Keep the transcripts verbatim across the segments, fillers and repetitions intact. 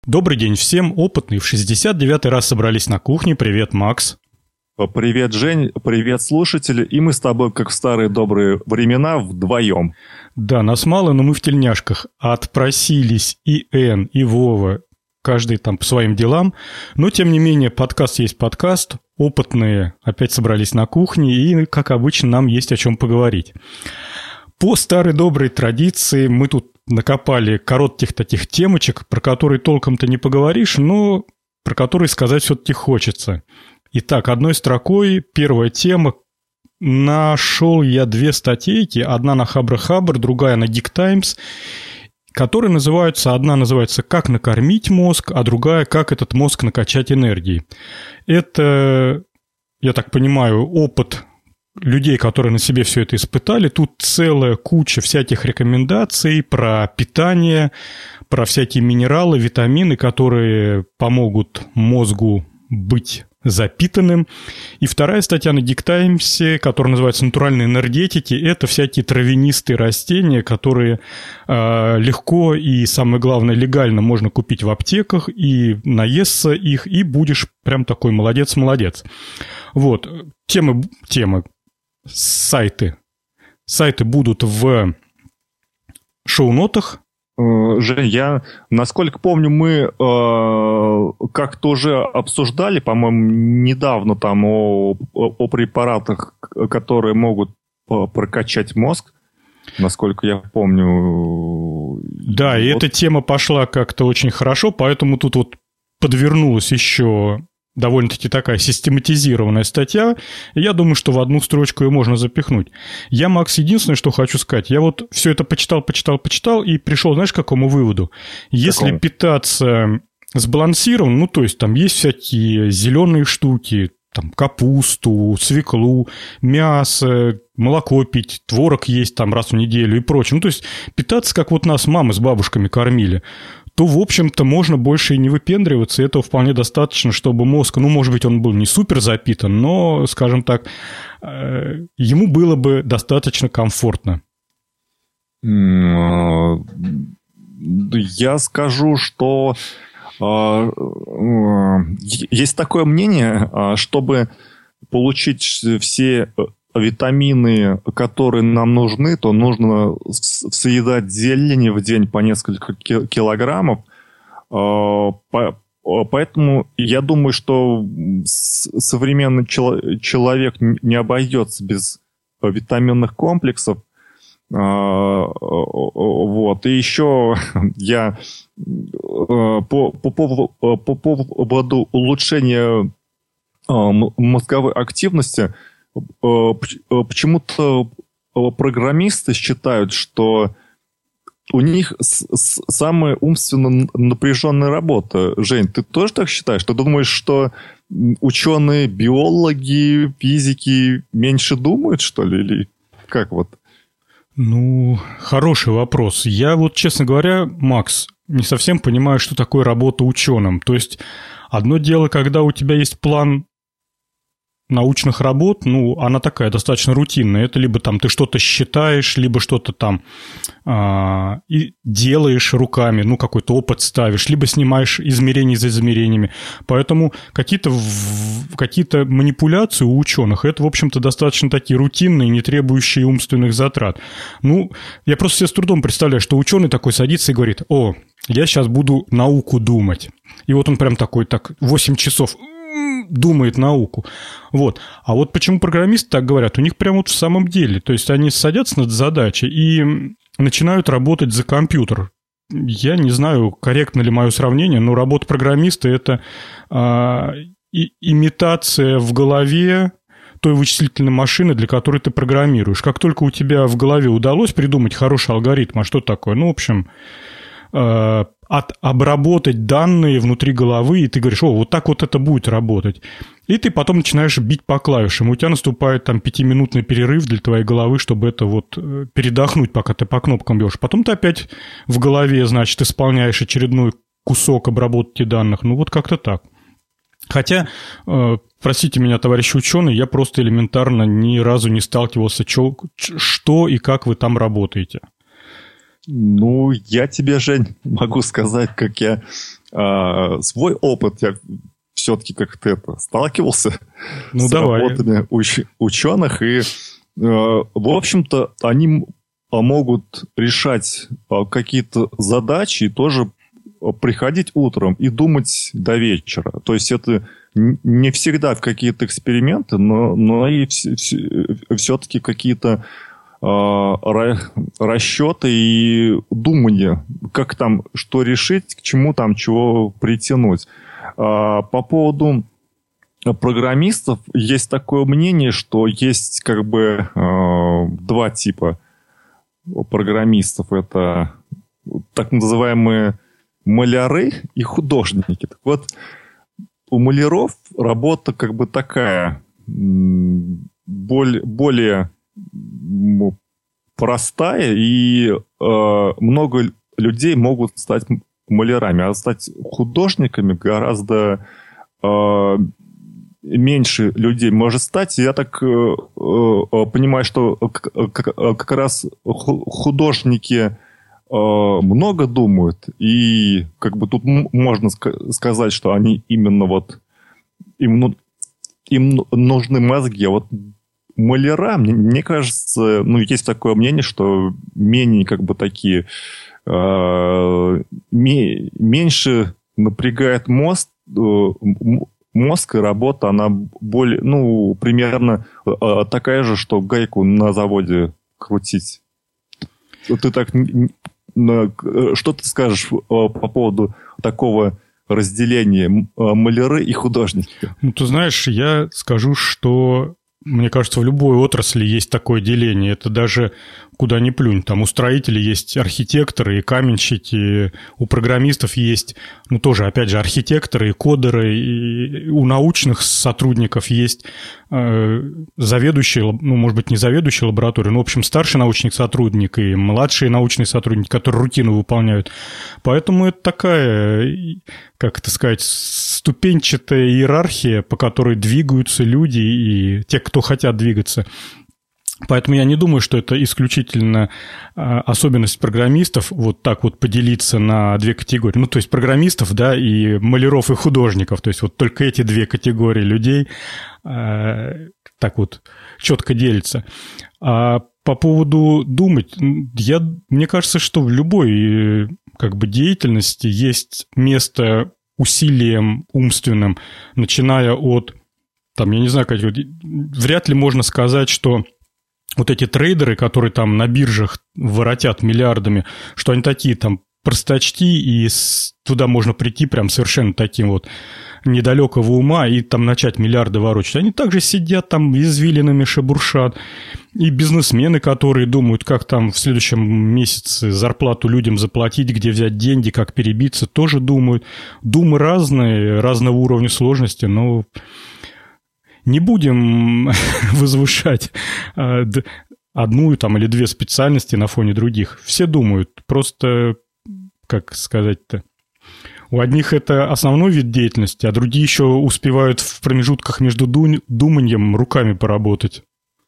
Добрый день всем, опытные в шестьдесят девятый раз собрались на кухне. Привет, Макс. Привет, Жень, привет, слушатели. И мы с тобой, как в старые добрые времена, вдвоем. Да, нас мало, но мы в тельняшках. Отпросились и Эн, и Вова, каждый там по своим делам. Но, тем не менее, подкаст есть подкаст. Опытные опять собрались на кухне, и, как обычно, нам есть о чем поговорить. По старой доброй традиции мы тут накопали коротких таких темочек, про которые толком-то не поговоришь, но про которые сказать все-таки хочется. Итак, одной строкой первая тема. Нашел я две статейки, одна на Хабр-Хабр, другая на Geek Times, которые называются, одна называется «Как накормить мозг», а другая «Как этот мозг накачать энергией». Это, я так понимаю, опыт людей, которые на себе все это испытали. Тут целая куча всяких рекомендаций про питание, про всякие минералы, витамины, которые помогут мозгу быть запитанным. И вторая статья на Geek Times, которая называется «Натуральные энергетики», это всякие травянистые растения, которые э, легко и, самое главное, легально можно купить в аптеках, и наесться их, и будешь прям такой молодец-молодец. Вот, темы, темы, сайты. Сайты будут в шоу-нотах. Жень, я, насколько помню, мы э, как-то уже обсуждали, по-моему, недавно там о, о препаратах, которые могут прокачать мозг, насколько я помню. Да, и вот. Эта тема пошла как-то очень хорошо, поэтому тут вот подвернулась еще довольно-таки такая систематизированная статья. Я думаю, что в одну строчку ее можно запихнуть. Я, Макс, единственное, что хочу сказать. Я вот все это почитал, почитал, почитал и пришел, знаешь, к какому выводу? Если Какому? питаться сбалансированно, ну, то есть там есть всякие зеленые штуки, там капусту, свеклу, мясо, молоко пить, творог есть там раз в неделю и прочее. Ну, то есть питаться, как вот нас мамы с бабушками кормили, то, в общем-то, можно больше и не выпендриваться, и этого вполне достаточно, чтобы мозг, ну, может быть, он был не супер запитан, но, скажем так, ему было бы достаточно комфортно. Я скажу, что есть такое мнение, чтобы получить все витамины, которые нам нужны, то нужно съедать зелени в день по несколько килограммов. Поэтому я думаю, что современный человек не обойдется без витаминных комплексов. Вот. И еще я по, по, по, по поводу улучшения мозговой активности. Почему-то программисты считают, что у них самая умственно напряженная работа. Жень, ты тоже так считаешь? Ты думаешь, что ученые, биологи, физики меньше думают, что ли? Или как вот? Ну, хороший вопрос. Я вот, честно говоря, Макс, не совсем понимаю, что такое работа ученым. То есть одно дело, когда у тебя есть план научных работ, ну, она такая достаточно рутинная. Это либо там ты что-то считаешь, либо что-то там а, и делаешь руками, ну, какой-то опыт ставишь, либо снимаешь измерения за измерениями. Поэтому какие-то, какие-то манипуляции у ученых, это, в общем-то, достаточно такие рутинные, не требующие умственных затрат. Ну, я просто себе с трудом представляю, что ученый такой садится и говорит: о, я сейчас буду науку думать. И вот он прям такой, так, восемь часов думает науку. Вот. А вот почему программисты так говорят? У них прямо вот в самом деле. То есть они садятся над задачей и начинают работать за компьютер. Я не знаю, корректно ли мое сравнение, но работа программиста – это а, и, имитация в голове той вычислительной машины, для которой ты программируешь. Как только у тебя в голове удалось придумать хороший алгоритм, а что такое? Ну, в общем, а, от, обработать данные внутри головы, и ты говоришь: о, вот так вот это будет работать. И ты потом начинаешь бить по клавишам. У тебя наступает там пятиминутный перерыв для твоей головы, чтобы это вот передохнуть, пока ты по кнопкам бьешь. Потом ты опять в голове, значит, исполняешь очередной кусок обработки данных. Ну, вот как-то так. Хотя, э, простите меня, товарищи ученые, я просто элементарно ни разу не сталкивался, чё, что и как вы там работаете. Ну, я тебе, Жень, могу сказать, как я э, свой опыт, я все-таки как-то это сталкивался ну, с давай. работами уч- ученых, и, э, в общем-то, они могут решать какие-то задачи и тоже приходить утром и думать до вечера. То есть это не всегда в какие-то эксперименты, но, но и все-таки какие-то расчеты и думания, как там, что решить, к чему там, чего притянуть. По поводу программистов есть такое мнение, что есть как бы два типа программистов. Это так называемые маляры и художники. Так вот, у маляров работа как бы такая, более, более простая, и э, много людей могут стать малярами, а стать художниками гораздо э, меньше людей может стать. Я так э, э, понимаю, что как, как раз художники э, много думают, и как бы тут можно ска- сказать, что они именно вот им, им нужны мозги, а вот маляра, мне, мне кажется, ну, есть такое мнение, что менее как бы такие э, ме, меньше напрягает мозг, э, мозг, и работа, она более, ну, примерно э, такая же, что гайку на заводе крутить. Ты так, что ты скажешь по поводу такого разделения маляры и художники? Ну, ты знаешь, я скажу, что мне кажется, в любой отрасли есть такое деление. Это даже куда ни плюнь. Там у строителей есть архитекторы и каменщики, у программистов есть, ну, тоже, опять же, архитекторы и кодеры, и у научных сотрудников есть э, заведующие, ну, может быть, не заведующие лаборатории, но, в общем, старший научный сотрудник и младшие научные сотрудники, которые рутину выполняют. Поэтому это такая, как это сказать, ступенчатая иерархия, по которой двигаются люди и те, кто хотят двигаться. Поэтому я не думаю, что это исключительно особенность программистов вот так вот поделиться на две категории. Ну, то есть программистов, да, и маляров, и художников. То есть вот только эти две категории людей э, так вот четко делятся. А по поводу думать, я, мне кажется, что в любой как бы деятельности есть место усилиям умственным, начиная от, там, я не знаю, как, вряд ли можно сказать, что вот эти трейдеры, которые там на биржах воротят миллиардами, что они такие там простачки, и туда можно прийти прям совершенно таким вот недалекого ума и там начать миллиарды ворочать. Они также сидят там извилинами шебуршат. И бизнесмены, которые думают, как там в следующем месяце зарплату людям заплатить, где взять деньги, как перебиться, тоже думают. Думы разные, разного уровня сложности, но не будем возвышать одну там или две специальности на фоне других. Все думают, просто, как сказать-то, у одних это основной вид деятельности, а другие еще успевают в промежутках между думанием руками поработать.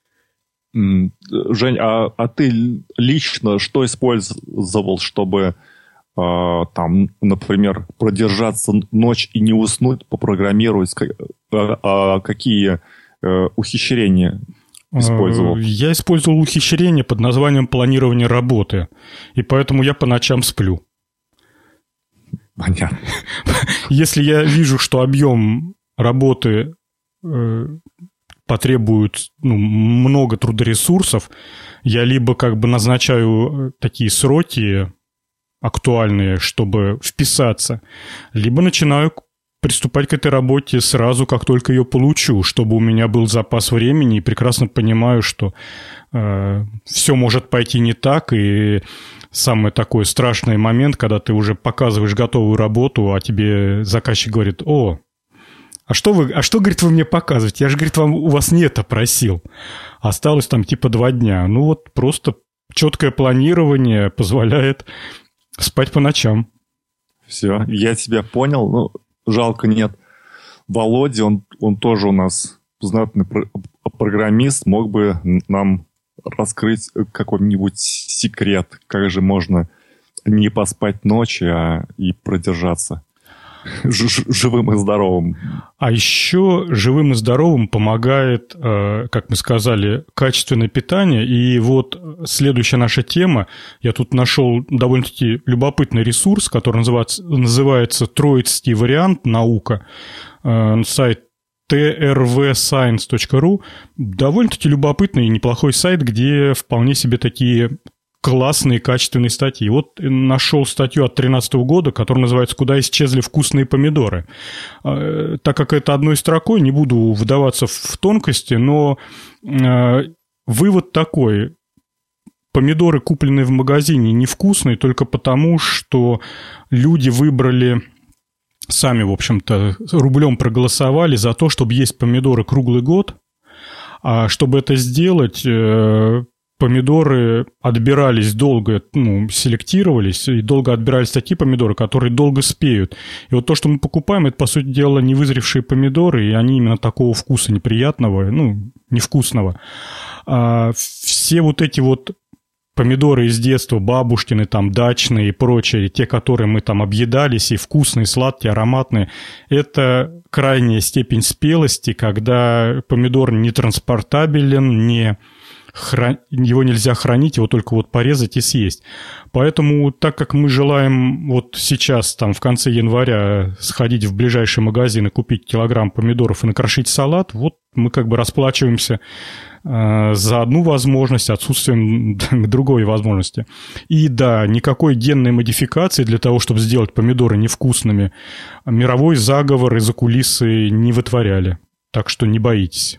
Жень, а, а ты лично что использовал, чтобы, э, там, например, продержаться ночь и не уснуть, попрограммировать? А, а какие э, ухищрения использовал? Я использовал ухищрение под названием планирование работы, и поэтому я по ночам сплю. Понятно. Если я вижу, что объем работы э, потребует ну, много трудоресурсов, я либо как бы назначаю такие сроки актуальные, чтобы вписаться, либо начинаю приступать к этой работе сразу, как только ее получу, чтобы у меня был запас времени, и прекрасно понимаю, что э, все может пойти не так, и самый такой страшный момент, когда ты уже показываешь готовую работу, а тебе заказчик говорит: о, а что вы, а что, говорит, вы мне показываете? Я же, говорит, вам, у вас нет, опросил. Осталось там типа два дня. Ну вот просто четкое планирование позволяет спать по ночам. Все, я тебя понял. Ну, жалко нет Володи, он, он тоже у нас знатный программист, мог бы нам раскрыть какой-нибудь секрет, как же можно не поспать ночи, а и продержаться живым и здоровым. А еще живым и здоровым помогает, как мы сказали, качественное питание. И вот следующая наша тема. Я тут нашел довольно-таки любопытный ресурс, который называется, называется «Троицкий вариант. Наука». Сайт ти эр ви сайенс точка ру. Довольно-таки любопытный и неплохой сайт, где вполне себе такие классные, качественные статьи. Вот нашел статью от две тысячи тринадцатого года, которая называется «Куда исчезли вкусные помидоры?». Так как это одной строкой, не буду вдаваться в тонкости, но вывод такой. Помидоры, купленные в магазине, невкусные только потому, что люди выбрали, сами, в общем-то, рублем проголосовали за то, чтобы есть помидоры круглый год. А чтобы это сделать, помидоры отбирались долго, ну, селектировались, и долго отбирались такие помидоры, которые долго спеют. И вот то, что мы покупаем, это, по сути дела, невызревшие помидоры, и они именно такого вкуса неприятного, ну, невкусного. А все вот эти вот помидоры из детства, бабушкины, там, дачные и прочие, те, которые мы там объедались, и вкусные, сладкие, ароматные, это крайняя степень спелости, когда помидор не транспортабелен, не... его нельзя хранить, его только вот порезать и съесть. Поэтому, так как мы желаем вот сейчас, там, в конце января сходить в ближайший магазин и купить килограмм помидоров и накрошить салат, вот мы как бы расплачиваемся э, за одну возможность отсутствием другой возможности. И да, никакой генной модификации для того, чтобы сделать помидоры невкусными, мировой заговор и закулисы не вытворяли. Так что не боитесь.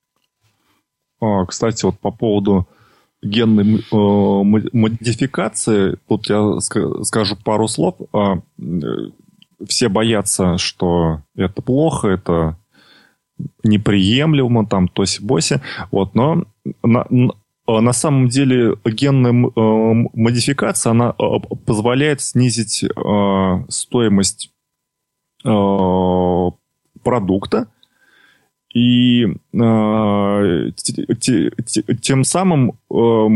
Кстати, вот по поводу генной э, модификации, тут я скажу пару слов. Все боятся, что это плохо, это неприемлемо, там, тоси-боси. Вот, но на, на самом деле генная э, модификация, она позволяет снизить э, стоимость э, продукта. И э, тем самым э,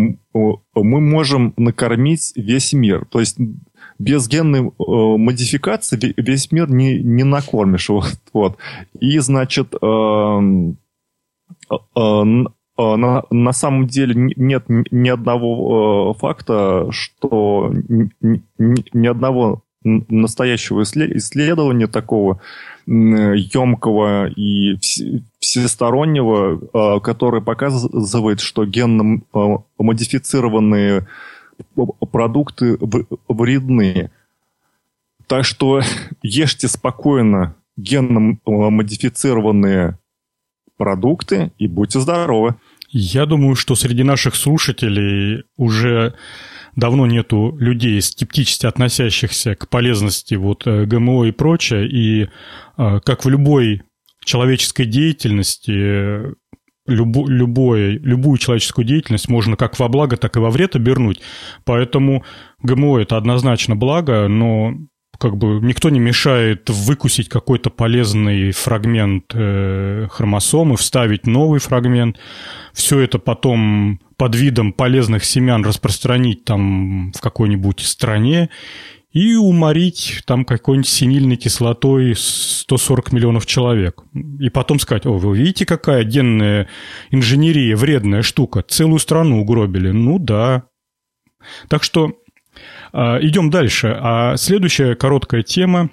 мы можем накормить весь мир. То есть без генной э, модификации весь мир не, не накормишь. Вот, вот. И, значит, э, э, на, на самом деле нет ни одного э, факта, что ни, ни одного настоящего исследования такого емкого и всестороннего, который показывает, что генно модифицированные продукты вредны. Так что ешьте спокойно генно модифицированные продукты и будьте здоровы. Я думаю, что среди наших слушателей уже давно нету людей, скептически относящихся к полезности вот ГМО и прочее. И как в любой человеческой деятельности, любо, любой, любую человеческую деятельность можно как во благо, так и во вред обернуть. Поэтому ГМО – это однозначно благо, но как бы никто не мешает выкусить какой-то полезный фрагмент э, хромосомы, вставить новый фрагмент. Все это потом под видом полезных семян распространить там в какой-нибудь стране и уморить там какой-нибудь синильной кислотой сто сорок миллионов человек. И потом сказать: о, вы видите, какая генная инженерия вредная штука, целую страну угробили. Ну да. Так что идем дальше. А следующая короткая тема.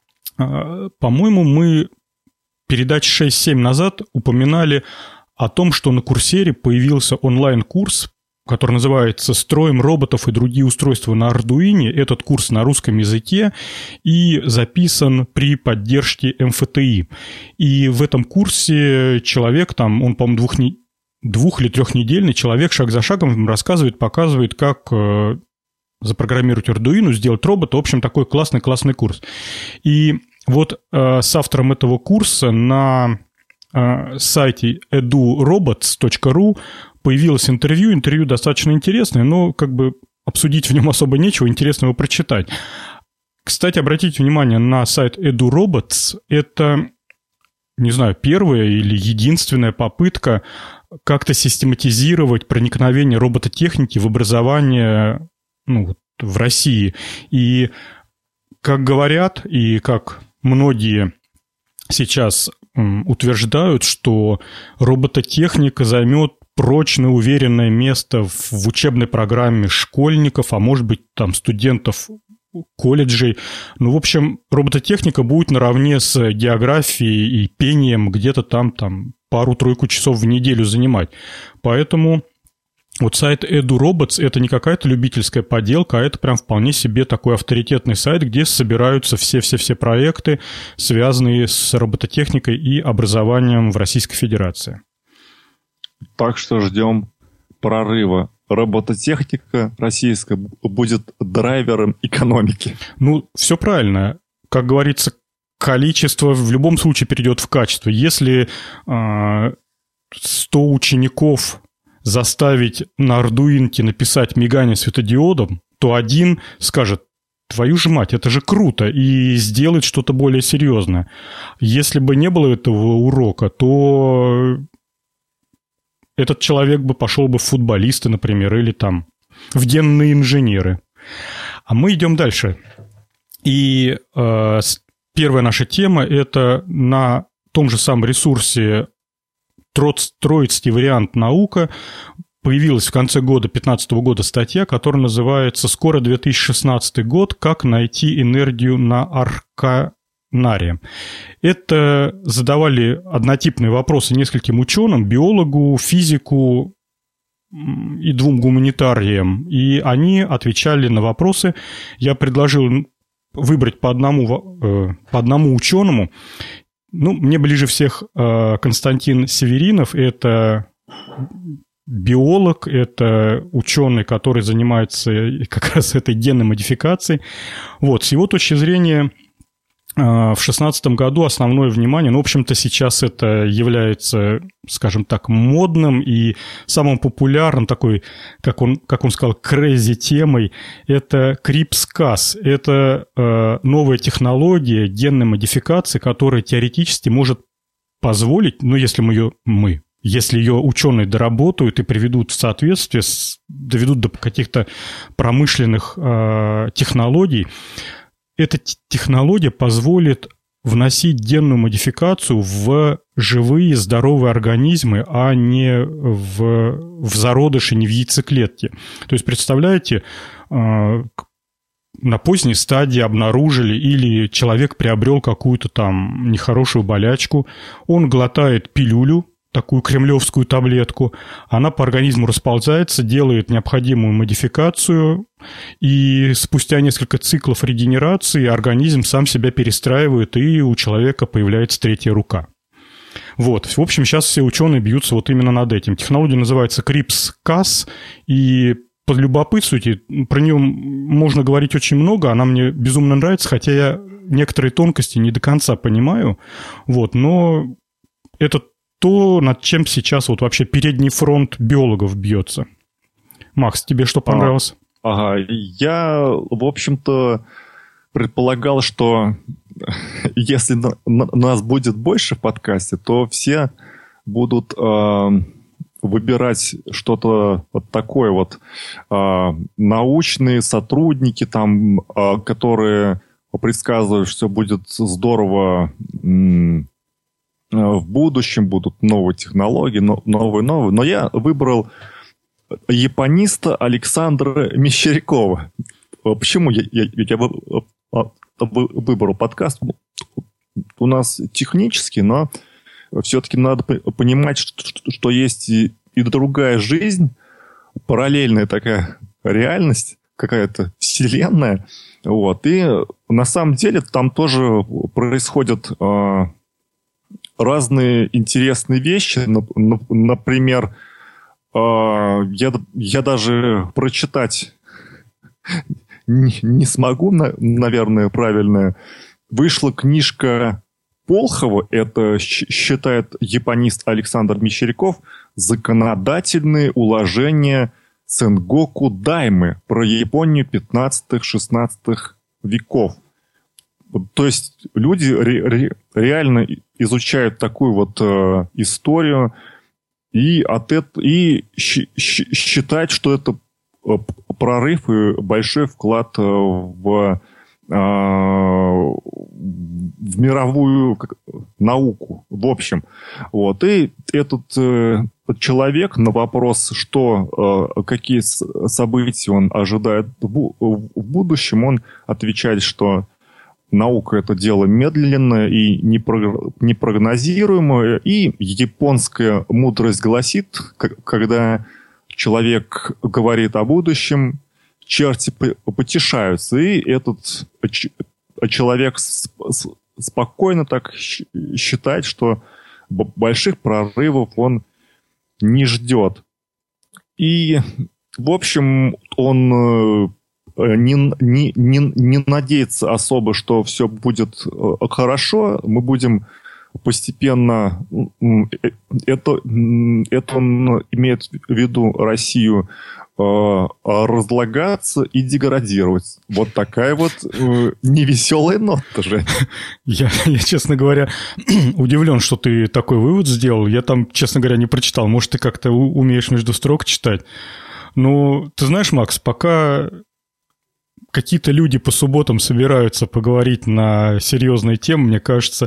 По-моему, мы передач шесть-семь назад упоминали о том, что на Курсере появился онлайн-курс, который называется «Строим роботов и другие устройства на Ардуине». Этот курс на русском языке и записан при поддержке эм эф тэ и. И в этом курсе человек, там, он, по-моему, двух, двух- или трехнедельный человек шаг за шагом рассказывает, показывает, как запрограммировать Arduino, сделать робота. В общем, такой классный-классный курс. И вот э, с автором этого курса на э, сайте эду роботс точка ру появилось интервью. Интервью достаточно интересное, но как бы обсудить в нем особо нечего, интересно его прочитать. Кстати, обратите внимание на сайт EduRobots. Это, не знаю, первая или единственная попытка как-то систематизировать проникновение робототехники в образование, ну, в России. И как говорят, и как многие сейчас утверждают, что робототехника займет прочное, уверенное место в учебной программе школьников, а может быть, там, студентов колледжей. Ну, в общем, робототехника будет наравне с географией и пением где-то там, там пару-тройку часов в неделю занимать. Поэтому вот сайт EduRobots – это не какая-то любительская поделка, а это прям вполне себе такой авторитетный сайт, где собираются все-все-все проекты, связанные с робототехникой и образованием в Российской Федерации. Так что ждем прорыва. Робототехника российская будет драйвером экономики. Ну, все правильно. Как говорится, количество в любом случае перейдет в качество. Если э, сто учеников заставить на Ардуинке написать мигание светодиодом, то один скажет: твою же мать, это же круто, и сделает что-то более серьезное. Если бы не было этого урока, то этот человек бы пошел бы в футболисты, например, или там в генные инженеры. А мы идем дальше. И э, первая наша тема – это на том же самом ресурсе Троицкий вариант «Наука» появилась в конце года, две тысячи пятнадцатого года, статья, которая называется «Скоро две тысячи шестнадцатый год. Как найти энергию на Арканаре». Это задавали однотипные вопросы нескольким ученым, биологу, физику и двум гуманитариям. И они отвечали на вопросы. Я предложил выбрать по одному, по одному ученому. Ну, мне ближе всех Константин Северинов. Это биолог, это ученый, который занимается как раз этой генной модификацией. Вот, с его точки зрения, в две тысячи шестнадцатом году основное внимание, ну, в общем-то, сейчас это является, скажем так, модным и самым популярным такой, как он, как он сказал, crazy темой, это CRISPR-Cas. Это э, новая технология генной модификации, которая теоретически может позволить, ну, если мы ее, мы, если ее ученые доработают и приведут в соответствие, с, доведут до каких-то промышленных э, технологий, эта технология позволит вносить генную модификацию в живые здоровые организмы, а не в, в зародыши, не в яйцеклетки. То есть, представляете, на поздней стадии обнаружили или человек приобрел какую-то там нехорошую болячку, он глотает пилюлю, такую кремлевскую таблетку, она по организму расползается, делает необходимую модификацию, и спустя несколько циклов регенерации организм сам себя перестраивает, и у человека появляется третья рука. Вот. В общем, сейчас все ученые бьются вот именно над этим. Технология называется CRISPR-Cas, и полюбопытствуйте, про нее можно говорить очень много, она мне безумно нравится, хотя я некоторые тонкости не до конца понимаю, вот, но это то, над чем сейчас вот вообще передний фронт биологов бьется. Макс, тебе что понравилось? Ага, я, в общем-то, предполагал, что если на, на, нас будет больше в подкасте, то все будут э, выбирать что-то вот такое вот. Э, научные сотрудники, там, э, которые предсказывают, что будет здорово... М- в будущем будут новые технологии, новые-новые. Но я выбрал япониста Александра Мещерякова. Почему я, я, я выбрал подкаст? У нас технический, но все-таки надо понимать, что, что есть и, и другая жизнь, параллельная такая реальность, какая-то вселенная. Вот. И на самом деле там тоже происходят... разные интересные вещи. Например, я, я даже прочитать не, не смогу, наверное, правильно. Вышла книжка Полхова, это считает японист Александр Мещеряков, «Законодательные уложения Сэнгоку Даймы» про Японию пятнадцатого-шестнадцатого веков. То есть люди ре- ре- реально изучают такую вот э, историю и, от это, и щ, щ, считать, что это прорыв и большой вклад в, в мировую науку, в общем. Вот. И этот человек на вопрос, что, какие события он ожидает в будущем, он отвечает, что наука – это дело медленное и непрогнозируемое, и японская мудрость гласит, когда человек говорит о будущем, черти потешаются, и этот человек спокойно так считает, что больших прорывов он не ждет. И, в общем, он не, не, не, не надеется особо, что все будет хорошо. Мы будем постепенно... Это, это он имеет в виду Россию, разлагаться и деградировать. Вот такая вот э, невеселая нота же. Я, я, честно говоря, удивлен, что ты такой вывод сделал. Я там, честно говоря, не прочитал. Может, ты как-то умеешь между строк читать. Но ты знаешь, Макс, пока какие-то люди по субботам собираются поговорить на серьезные темы, мне кажется,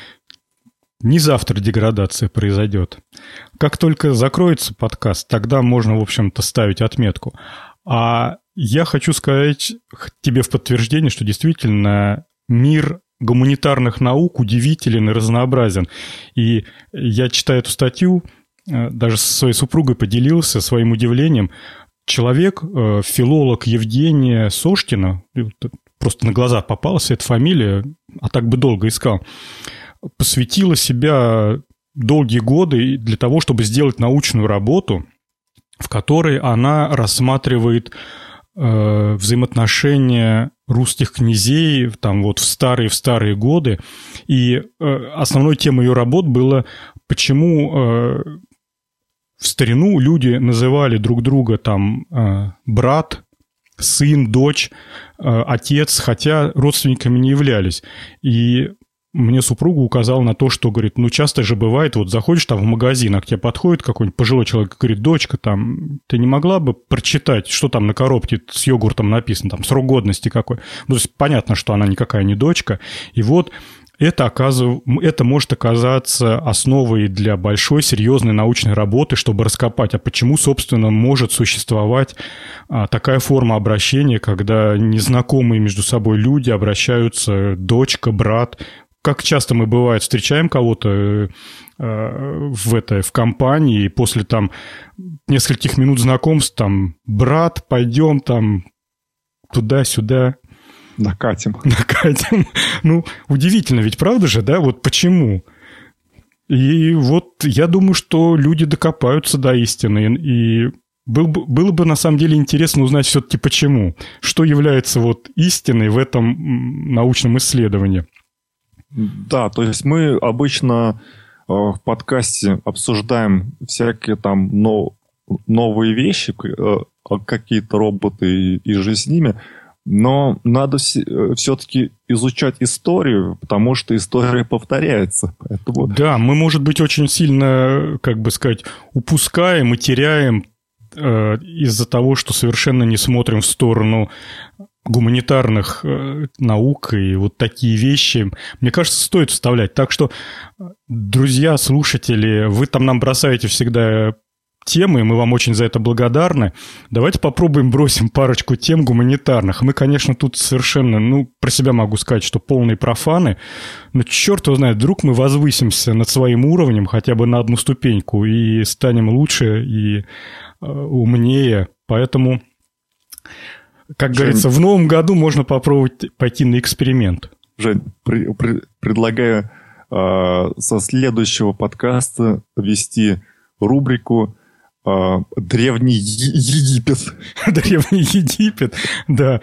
не завтра деградация произойдет. Как только закроется подкаст, тогда можно, в общем-то, ставить отметку. А я хочу сказать тебе в подтверждение, что действительно мир гуманитарных наук удивителен и разнообразен. И я, читая эту статью, даже со своей супругой поделился своим удивлением. Человек, филолог Евгения Сошкина, просто на глаза попалась эта фамилия, а так бы долго искал, посвятила себя долгие годы для того, чтобы сделать научную работу, в которой она рассматривает э, взаимоотношения русских князей там вот в старые в старые годы. И э, основной темой ее работ было, почему э, в старину люди называли друг друга там э, брат, сын, дочь, э, отец, хотя родственниками не являлись. И мне супруга указала на то, что, говорит, ну, часто же бывает, вот заходишь там в магазин, а к тебе подходит какой-нибудь пожилой человек и говорит, дочка, там, ты не могла бы прочитать, что там на коробке с йогуртом написано, там, срок годности какой? Ну, то есть понятно, что она никакая не дочка. И вот это, оказыв... это может оказаться основой для большой, серьезной научной работы, чтобы раскопать, а почему, собственно, может существовать а, такая форма обращения, когда незнакомые между собой люди обращаются дочка, брат. Как часто мы, бывает, встречаем кого-то э, в, этой, в компании, и после там нескольких минут знакомств, там, брат, пойдем там туда-сюда. Накатим. Накатим. Ну, удивительно ведь, правда же, да? Вот почему? И вот я думаю, что люди докопаются до истины, и был бы, было бы на самом деле интересно узнать все-таки почему. Что является вот истиной в этом научном исследовании. Да, то есть мы обычно э, в подкасте обсуждаем всякие там но, новые вещи, э, какие-то роботы и, и же с ними, но надо все, все-таки изучать историю, потому что история повторяется. Поэтому... Да, мы, может быть, очень сильно, как бы сказать, упускаем и теряем э, из-за того, что совершенно не смотрим в сторону гуманитарных э, наук, и вот такие вещи, мне кажется, стоит вставлять. Так что, друзья, слушатели, вы там нам бросаете всегда темы, и мы вам очень за это благодарны. Давайте попробуем бросим парочку тем гуманитарных. Мы, конечно, тут совершенно, ну, про себя могу сказать, что полные профаны, но черт его знает, вдруг мы возвысимся над своим уровнем хотя бы на одну ступеньку и станем лучше и э, умнее. Поэтому... Как Жень, говорится, в новом году можно попробовать пойти на эксперимент. Жень, при, при, предлагаю э, со следующего подкаста ввести рубрику э, «Древний Египет». «Древний Египет», да.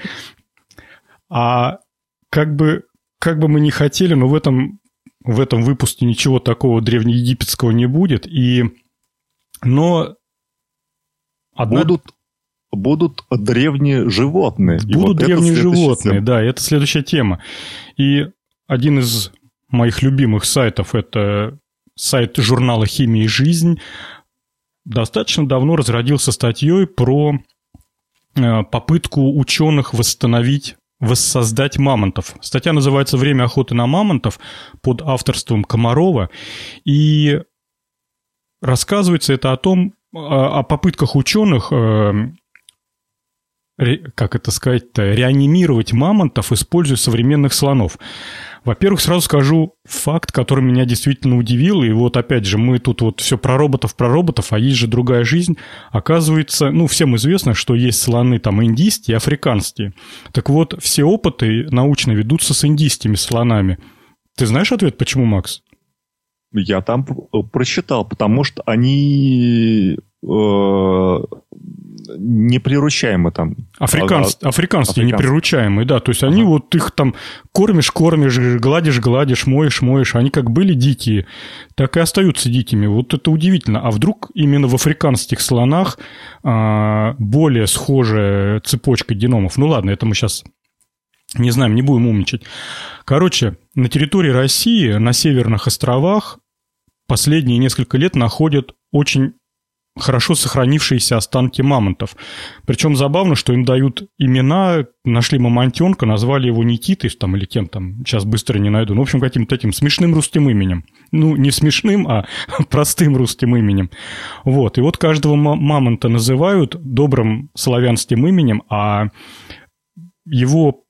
А как бы, как бы мы ни хотели, но в этом, в этом выпуске ничего такого древнеегипетского не будет. И... Но... Одна... Будут... Будут древние животные. Будут вот древние животные, тема. Да, это следующая тема. И один из моих любимых сайтов – это сайт журнала «Химия и жизнь». достаточно давно разродился статьей про попытку ученых восстановить, воссоздать мамонтов. Статья называется «Время охоты на мамонтов» под авторством Комарова. И рассказывается это о том, о попытках ученых, как это сказать-то, реанимировать мамонтов, используя современных слонов. Во-первых, сразу скажу факт, который меня действительно удивил. И вот опять же, мы тут вот все про роботов, про роботов, а есть же другая жизнь. Оказывается, ну, всем известно, что есть слоны там индийские и африканские. Так вот, все опыты научно ведутся с индийскими слонами. Ты знаешь ответ, почему, Макс? Я там прочитал, потому что они э, неприручаемы там. Африканс, а, африканские неприручаемые, да. То есть они ага. вот их там кормишь, кормишь, гладишь, гладишь, моешь, моешь. Они как были дикие, так и остаются дикими. Вот это удивительно. А вдруг именно в африканских слонах э, более схожая цепочка геномов? Ну ладно, это мы сейчас... Не знаем, не будем умничать. Короче, на территории России, на Северных островах, последние несколько лет находят очень хорошо сохранившиеся останки мамонтов. Причем забавно, что им дают имена. Нашли мамонтенка, назвали его Никитой там, или кем там, сейчас быстро не найду. Ну, в общем, каким-то таким смешным русским именем. Ну, не смешным, а простым русским именем. Вот. И вот каждого мамонта называют добрым славянским именем, а его...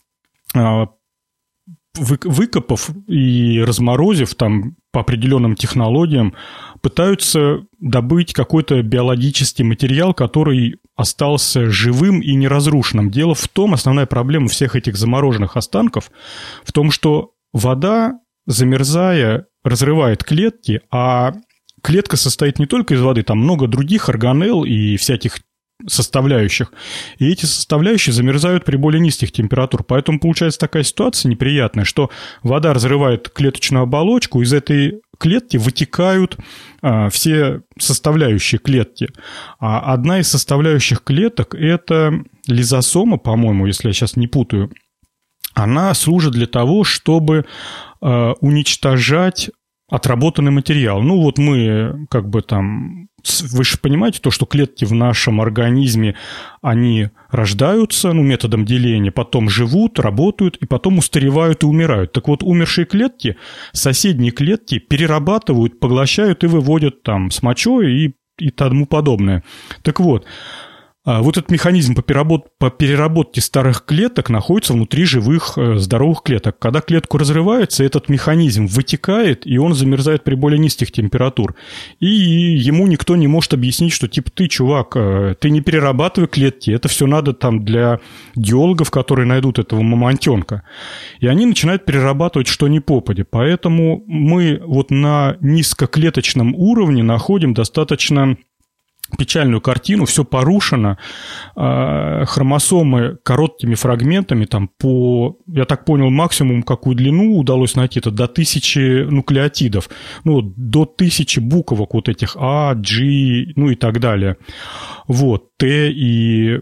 выкопав и разморозив там по определенным технологиям, пытаются добыть какой-то биологический материал, который остался живым и неразрушенным. Дело в том, основная проблема всех этих замороженных останков в том, что вода, замерзая, разрывает клетки, а клетка состоит не только из воды, там много других органелл и всяких составляющих. И эти составляющие замерзают при более низких температурах. Поэтому получается такая ситуация неприятная, что вода разрывает клеточную оболочку, из этой клетки вытекают а, все составляющие клетки. А одна из составляющих клеток – это лизосома, по-моему, если я сейчас не путаю. Она служит для того, чтобы а, уничтожать отработанный материал. Ну, вот мы как бы там... Вы же понимаете, то, что клетки в нашем организме, они рождаются, ну, методом деления, потом живут, работают, и потом устаревают и умирают. Так вот, умершие клетки, соседние клетки перерабатывают, поглощают и выводят там с мочой и, и тому подобное. Так вот, вот этот механизм по, переработ... по переработке старых клеток находится внутри живых здоровых клеток. Когда клетку разрывается, этот механизм вытекает, и он замерзает при более низких температурах. И ему никто не может объяснить, что типа ты, чувак, ты не перерабатывай клетки, это все надо там для геологов, которые найдут этого мамонтенка. И они начинают перерабатывать что ни попадя. Поэтому мы вот на низкоклеточном уровне находим достаточно... печальную картину, все порушено, хромосомы короткими фрагментами, там по, я так понял, максимум, какую длину удалось найти, это до тысячи нуклеотидов, ну, до тысячи буквок вот этих А, G, ну и так далее. Вот, Т и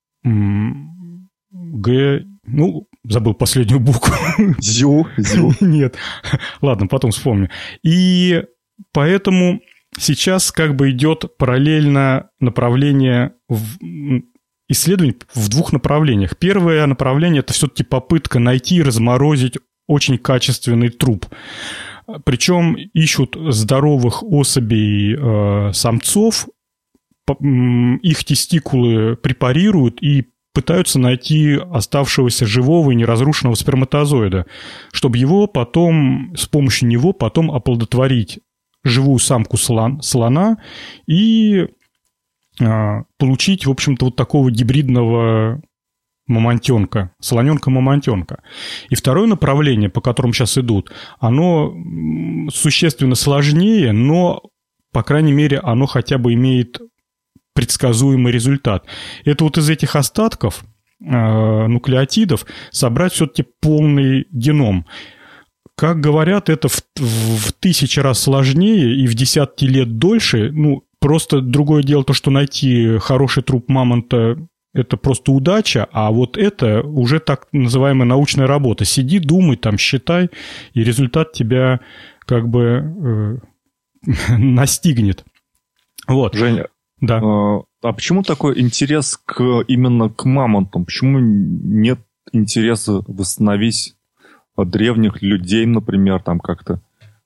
Г, ну, забыл последнюю букву. Зю, зю. Нет, ладно, потом вспомню. И поэтому... Сейчас как бы идет параллельно направление в исследований в двух направлениях. Первое направление – это все-таки попытка найти и разморозить очень качественный труп. Причем ищут здоровых особей э, самцов, их тестикулы препарируют и пытаются найти оставшегося живого и неразрушенного сперматозоида, чтобы его потом, с помощью него потом оплодотворить живую самку слон, слона и а, получить, в общем-то, вот такого гибридного мамонтенка, слоненка-мамонтенка. И второе направление, по которому сейчас идут, оно существенно сложнее, но, по крайней мере, оно хотя бы имеет предсказуемый результат. Это вот из этих остатков а, нуклеотидов собрать все-таки полный геном. Как говорят, это в, в тысячи раз сложнее и в десятки лет дольше. Ну, просто другое дело то, что найти хороший труп мамонта – это просто удача, а вот это уже так называемая научная работа. Сиди, думай, там, считай, и результат тебя как бы э, настигнет. Вот. Женя, да. а, а почему такой интерес к, именно к мамонтам? Почему нет интереса восстановить древних людей, например, там как-то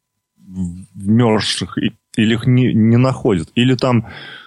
вмерзших, или их не, не находят? Или там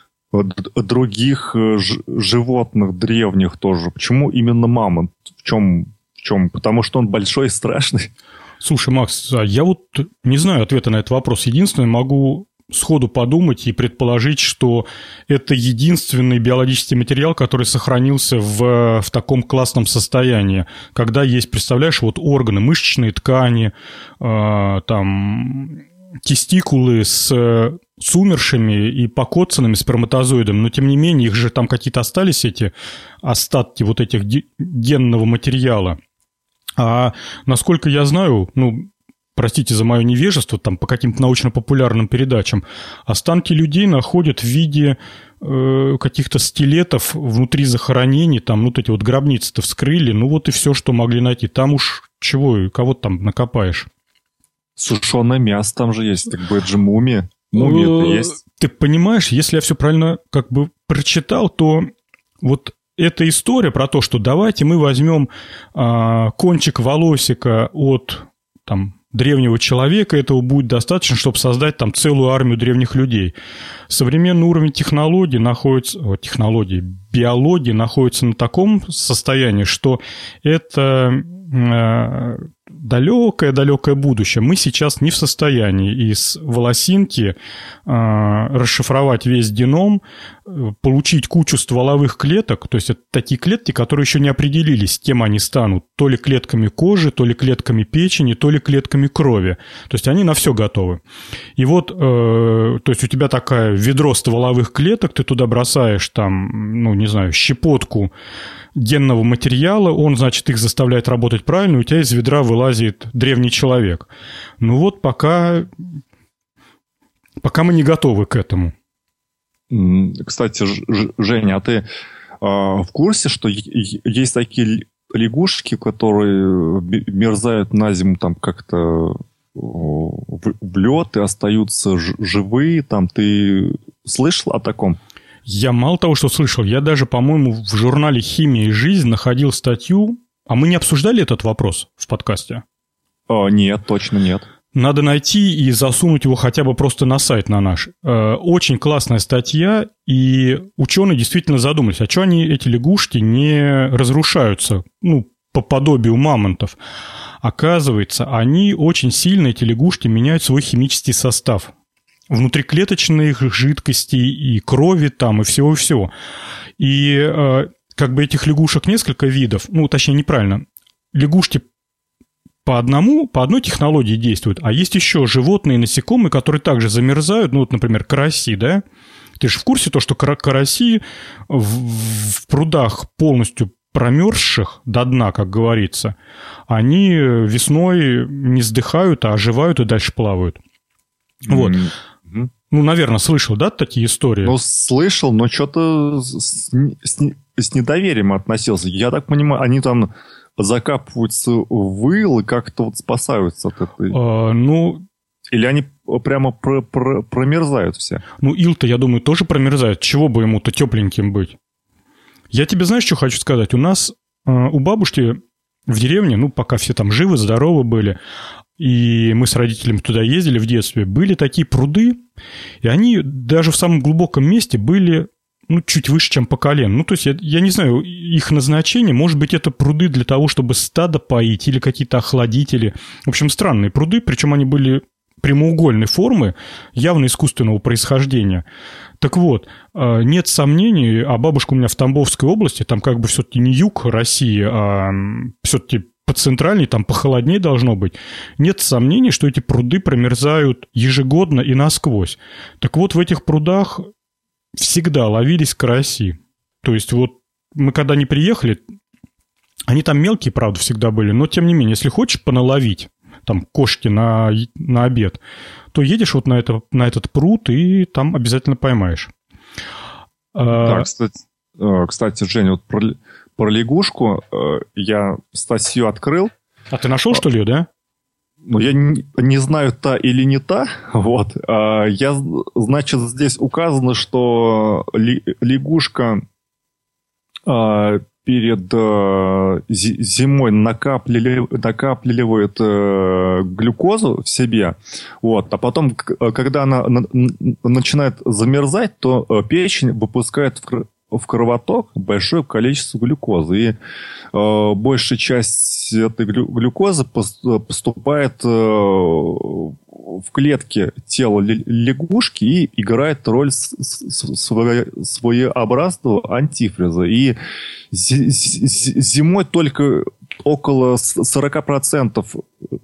других животных древних тоже? Почему именно мамонт? В чем, в чем? Потому что он большой и страшный? Слушай, Макс, я вот не знаю ответа на этот вопрос. Единственное, могу сходу подумать и предположить, что это единственный биологический материал, который сохранился в, в таком классном состоянии, когда есть, представляешь, вот органы, мышечные ткани, э, там, тестикулы с, с умершими и покоцанными сперматозоидами, но тем не менее их же там какие-то остались, эти остатки вот этих генного материала. А насколько я знаю, ну, простите за мое невежество, там по каким-то научно-популярным передачам, останки людей находят в виде э, каких-то скелетов внутри захоронений, там ну, вот эти вот гробницы-то вскрыли, ну вот и все, что могли найти. Там уж чего, кого там накопаешь? Сушеное мясо там же есть, так бы это же мумия. Мумия-то есть. Ты понимаешь, если я все правильно как бы прочитал, то вот эта история про то, что давайте мы возьмем а, кончик волосика от там, древнего человека, этого будет достаточно, чтобы создать там целую армию древних людей. Современный уровень технологий находится, о, технологий, биологии находится на таком состоянии, что это э, далекое-далекое будущее. Мы сейчас не в состоянии из волосинки э, расшифровать весь геном, получить кучу стволовых клеток, то есть это такие клетки, которые еще не определились, кем они станут, то ли клетками кожи, то ли клетками печени, то ли клетками крови. То есть они на все готовы. И вот, э, то есть у тебя такое ведро стволовых клеток, ты туда бросаешь там, ну, не знаю, щепотку генного материала, он, значит, их заставляет работать правильно, и у тебя из ведра вылазит древний человек. Ну вот пока, пока мы не готовы к этому. Кстати, Женя, а ты э, в курсе, что есть такие лягушки, которые мерзают на зиму там как-то в лед и остаются живые? Там ты слышал о таком? Я мало того, что слышал, я даже, по-моему, в журнале «Химия и жизнь» находил статью. А мы не обсуждали этот вопрос в подкасте? О, нет, точно нет. Надо найти и засунуть его хотя бы просто на сайт на наш. Очень классная статья, и ученые действительно задумались, а что они, эти лягушки, не разрушаются, ну, по подобию мамонтов. Оказывается, они очень сильно, эти лягушки, меняют свой химический состав. Внутриклеточных жидкостей и крови там, и всего-всего. И как бы этих лягушек несколько видов, ну, точнее, неправильно. Лягушки по одному, по одной технологии действуют, а есть еще животные, насекомые, которые также замерзают, ну, вот, например, караси, да? Ты же в курсе то, что караси в, в прудах полностью промерзших до дна, как говорится, они весной не сдыхают, а оживают и дальше плавают. Mm-hmm. Вот. Mm-hmm. Ну, наверное, слышал, да, такие истории? Ну, слышал, но что-то с, с, с недоверием относился. Я так понимаю, они там закапываются в ил и как-то вот спасаются от этой... А, ну... Или они прямо про- про- промерзают все? Ну, ил-то, я думаю, тоже промерзает. Чего бы ему-то тепленьким быть? Я тебе, знаешь, что хочу сказать? У нас, э, у бабушки в деревне, ну, пока все там живы, здоровы были, и мы с родителями туда ездили в детстве, были такие пруды, и они даже в самом глубоком месте были... ну, чуть выше, чем по колено. Ну, то есть, я, я не знаю, их назначение, может быть, это пруды для того, чтобы стадо поить, или какие-то охладители. В общем, странные пруды, причем они были прямоугольной формы, явно искусственного происхождения. Так вот, нет сомнений, а бабушка у меня в Тамбовской области, там как бы все-таки не юг России, а все-таки поцентральней, там похолоднее должно быть. Нет сомнений, что эти пруды промерзают ежегодно и насквозь. Так вот, в этих прудах всегда ловились караси. То есть вот мы когда не приехали, они там мелкие, правда, всегда были, но тем не менее, если хочешь поналовить там кошки на, на обед, то едешь вот на, это, на этот пруд и там обязательно поймаешь. Да, кстати, кстати, Женя, вот про, про лягушку я статью открыл. А ты нашел, что ли, да? Ну, я не, не знаю, та или не та. Вот. А, я, значит, здесь указано, что ли, лягушка а, перед а, зимой накапливает, накапливает а, глюкозу в себе. Вот. А потом, когда она на, начинает замерзать, то печень выпускает в в кровоток большое количество глюкозы. И э, большая часть этой глю- глюкозы поступает э, в клетки тела лягушки и играет роль с- с- своеобразного антифриза. И з- з- зимой только около сорок процентов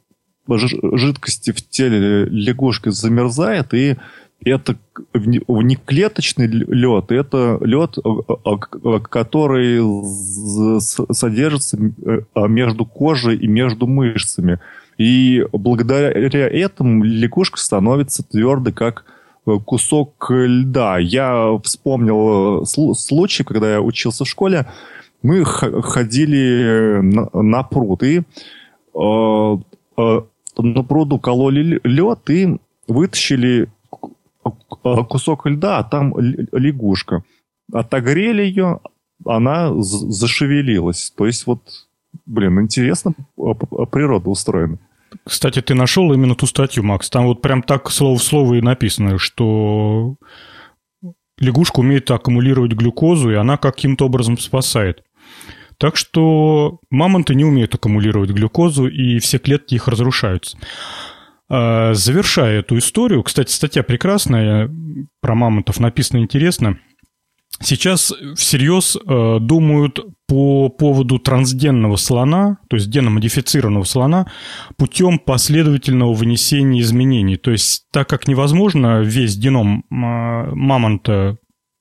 жидкости в теле лягушки замерзает, и это внеклеточный лед, это лед, который содержится между кожей и между мышцами. И благодаря этому лягушка становится твердой, как кусок льда. Я вспомнил случай, когда я учился в школе. Мы ходили на, на пруд, и э, э, на пруду кололи лед и вытащили кусок льда, а там лягушка. Отогрели ее, она зашевелилась. То есть, вот, блин, интересно природа устроена. Кстати, ты нашел именно ту статью, Макс. Там вот прям так слово в слово и написано, что лягушка умеет аккумулировать глюкозу, и она каким-то образом спасает. Так что мамонты не умеют аккумулировать глюкозу, и все клетки их разрушаются. Завершая эту историю, кстати, статья прекрасная, про мамонтов написано интересно. Сейчас всерьез э, думают по поводу трансгенного слона, то есть геномодифицированного слона, путем последовательного вынесения изменений. То есть, так как невозможно весь геном э, мамонта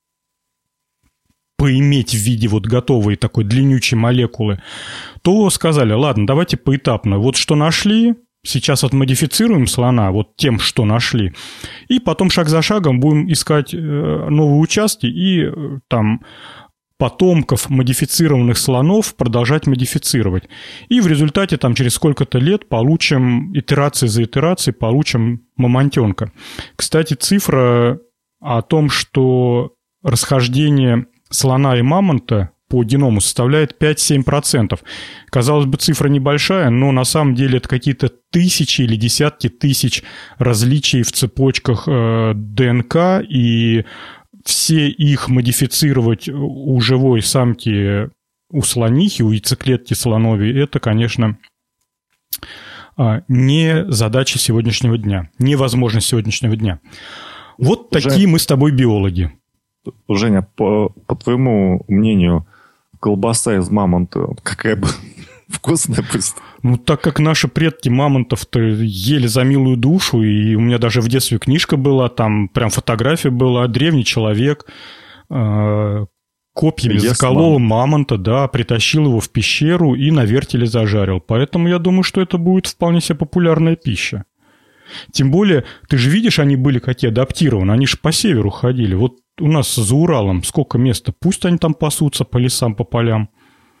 поиметь в виде вот готовой такой длиннючей молекулы, то сказали, ладно, давайте поэтапно. Вот что нашли, сейчас отмодифицируем слона вот тем, что нашли, и потом шаг за шагом будем искать новые участки и там потомков модифицированных слонов продолжать модифицировать. И в результате там через сколько-то лет получим итерации за итерацией, получим мамонтенка. Кстати, цифра о том, что расхождение слона и мамонта по геному составляет пять-семь процентов. Казалось бы, цифра небольшая, но на самом деле это какие-то тысячи или десятки тысяч различий в цепочках э, ДНК, и все их модифицировать у живой самки, у слонихи, у яйцеклетки слоновой, это, конечно, не задача сегодняшнего дня, невозможность сегодняшнего дня. Вот такие Жень, мы с тобой биологи. Женя, по, по твоему мнению, колбаса из мамонта какая бы вкусная пусть? Ну, так как наши предки мамонтов-то ели за милую душу, и у меня даже в детстве книжка была, там прям фотография была, древний человек э, копьями Ест заколол мамонт. мамонта, да, притащил его в пещеру и на вертеле зажарил. Поэтому я думаю, что это будет вполне себе популярная пища. Тем более, ты же видишь, они были какие адаптированы, они же по северу ходили. Вот у нас за Уралом сколько места, пусть они там пасутся по лесам, по полям.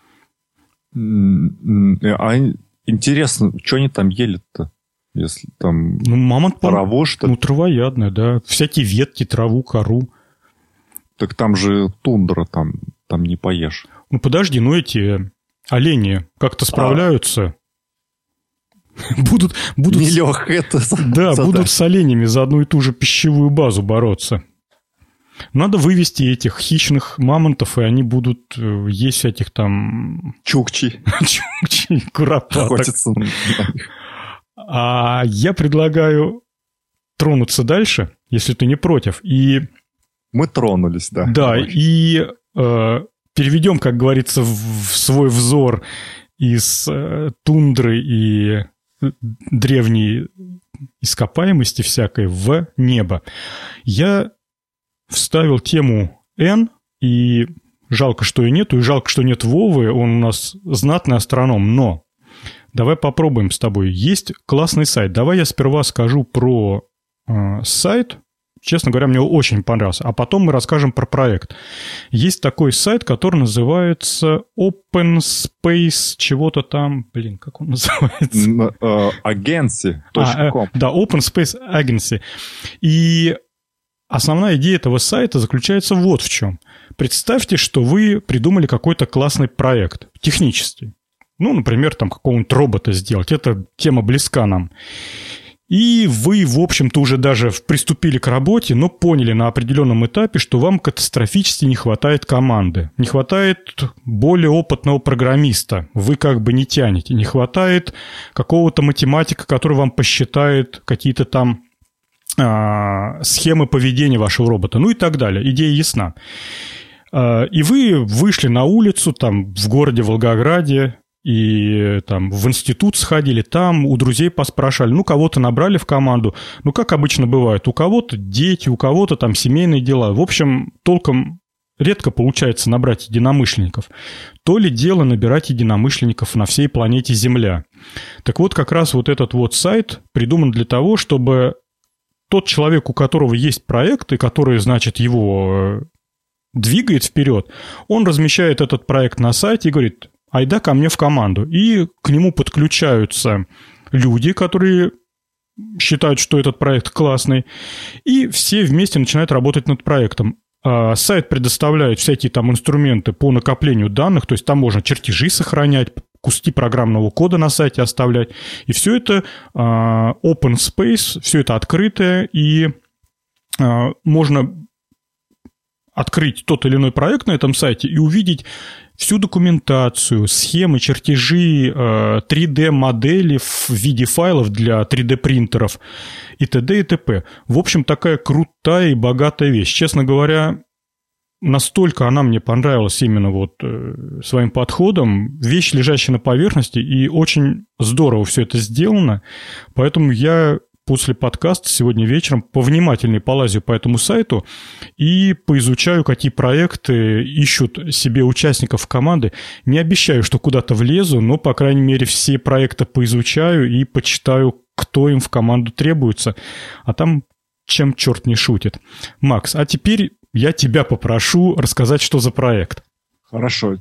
А интересно, что они там ели-то? Если там ну, мамонт, траву, что ли? Ну, травоядная, да. Всякие ветки, траву, кору. Так там же тундра, там, там не поешь. Ну, подожди, ну эти олени как-то справляются... А. Будут, будут, Нелегко это. Да, задача. Будут с оленями за одну и ту же пищевую базу бороться. Надо вывести этих хищных мамонтов, и они будут есть всяких там... Чукчи. Чукчи, куропаток. А я предлагаю тронуться дальше, если ты не против. И... Мы тронулись, да. Да, давай. И э, переведем, как говорится, в, в свой взор из э, тундры и... древней ископаемости всякой в небо. Я вставил тему N, и жалко, что и нету, и жалко, что нет Вовы, он у нас знатный астроном, но давай попробуем с тобой. Есть классный сайт. Давай я сперва скажу про э, сайт, честно говоря, мне очень понравился. А потом мы расскажем про проект. Есть такой сайт, который называется OpenSpace чего-то там. Блин, как он называется? Agency. А, да, OpenSpace Agency. И основная идея этого сайта заключается вот в чем. Представьте, что вы придумали какой-то классный проект, технический. Ну, например, там какого-нибудь робота сделать. Эта тема близка нам. И вы, в общем-то, уже даже приступили к работе, но поняли на определенном этапе, что вам катастрофически не хватает команды. Не хватает более опытного программиста. Вы как бы не тянете. Не хватает какого-то математика, который вам посчитает какие-то там а, схемы поведения вашего робота. Ну и так далее. Идея ясна. А, и вы вышли на улицу там в городе Волгограде, и там в институт сходили, там у друзей поспрашивали, ну, кого-то набрали в команду, ну, как обычно бывает, у кого-то дети, у кого-то там семейные дела. В общем, толком редко получается набрать единомышленников. То ли дело набирать единомышленников на всей планете Земля. Так вот, как раз вот этот вот сайт придуман для того, чтобы тот человек, у которого есть проект, и который, значит, его двигает вперед, он размещает этот проект на сайте и говорит: айда ко мне в команду. И к нему подключаются люди, которые считают, что этот проект классный, и все вместе начинают работать над проектом. А сайт предоставляет всякие там инструменты по накоплению данных, то есть там можно чертежи сохранять, куски программного кода на сайте оставлять. И все это open space, все это открытое, и можно открыть тот или иной проект на этом сайте и увидеть всю документацию, схемы, чертежи, три дэ-модели в виде файлов для три дэ-принтеров и т.д. и т.п. В общем, такая крутая и богатая вещь. Честно говоря, настолько она мне понравилась именно вот своим подходом. Вещь, лежащая на поверхности, и очень здорово все это сделано. Поэтому я после подкаста сегодня вечером повнимательнее полазю по этому сайту и поизучаю, какие проекты ищут себе участников команды. Не обещаю, что куда-то влезу, но, по крайней мере, все проекты поизучаю и почитаю, кто им в команду требуется. А там чем черт не шутит. Макс, а теперь я тебя попрошу рассказать, что за проект. Хорошо.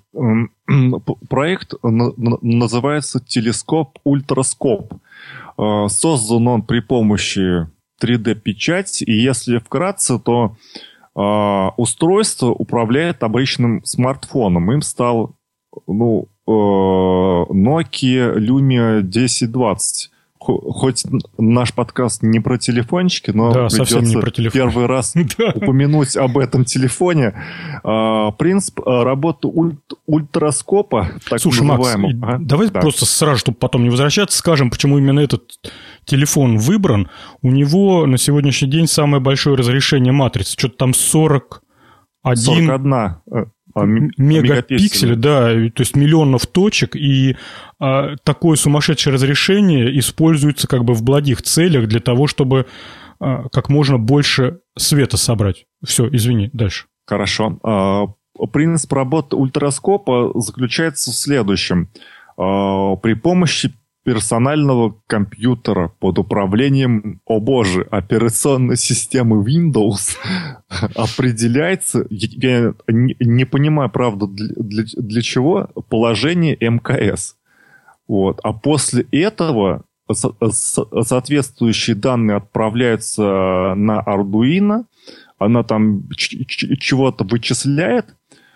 Проект называется «Телескоп Ультраскоп». Создан он при помощи три дэ-печати, и если вкратце, то э, устройство управляет обычным смартфоном. Им стал ну, э, Nokia Lumia десять двадцать. Хоть наш подкаст не про телефончики, но да, придется первый раз упомянуть об этом телефоне. Принцип работы ультраскопа, так Слушай, называемого. Макс, ага, давай да. просто сразу, чтобы потом не возвращаться, скажем, почему именно этот телефон выбран. У него на сегодняшний день самое большое разрешение матрицы. Что-то там сорок один... сорок одна мегапикселя, да, то есть миллионов точек, и а, такое сумасшедшее разрешение используется как бы в благих целях для того, чтобы а, как можно больше света собрать. Все, извини, дальше. Хорошо. А, принцип работы ультраскопа заключается в следующем. А, при помощи персонального компьютера под управлением, о боже, операционной системы Windows определяется, я не, не понимаю, правда, для, для, для чего, положение эм ка эс. Вот. А после этого со, со, соответствующие данные отправляются на Arduino, она там ч- ч- чего-то вычисляет,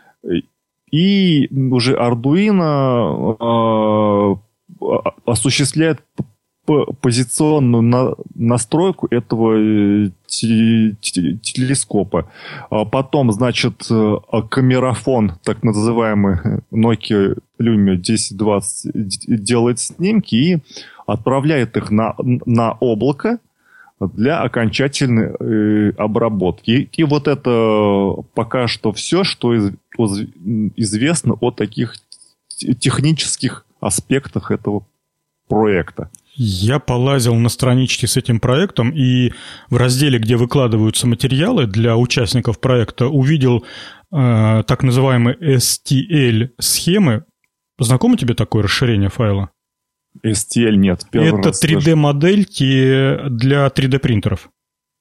и уже Arduino... Э, осуществляет позиционную на, настройку этого телескопа. Потом, значит, камерафон, так называемый Nokia Lumia десять двадцать, делает снимки и отправляет их на, на облако для окончательной э, обработки. И, и вот это пока что все, что из, известно о таких технических аспектах этого проекта. Я полазил на страничке с этим проектом и в разделе, где выкладываются материалы для участников проекта, увидел э, так называемые эс ти эл-схемы. Знакомо тебе такое расширение файла? эс ти эл нет. Это три дэ-модельки для три дэ-принтеров.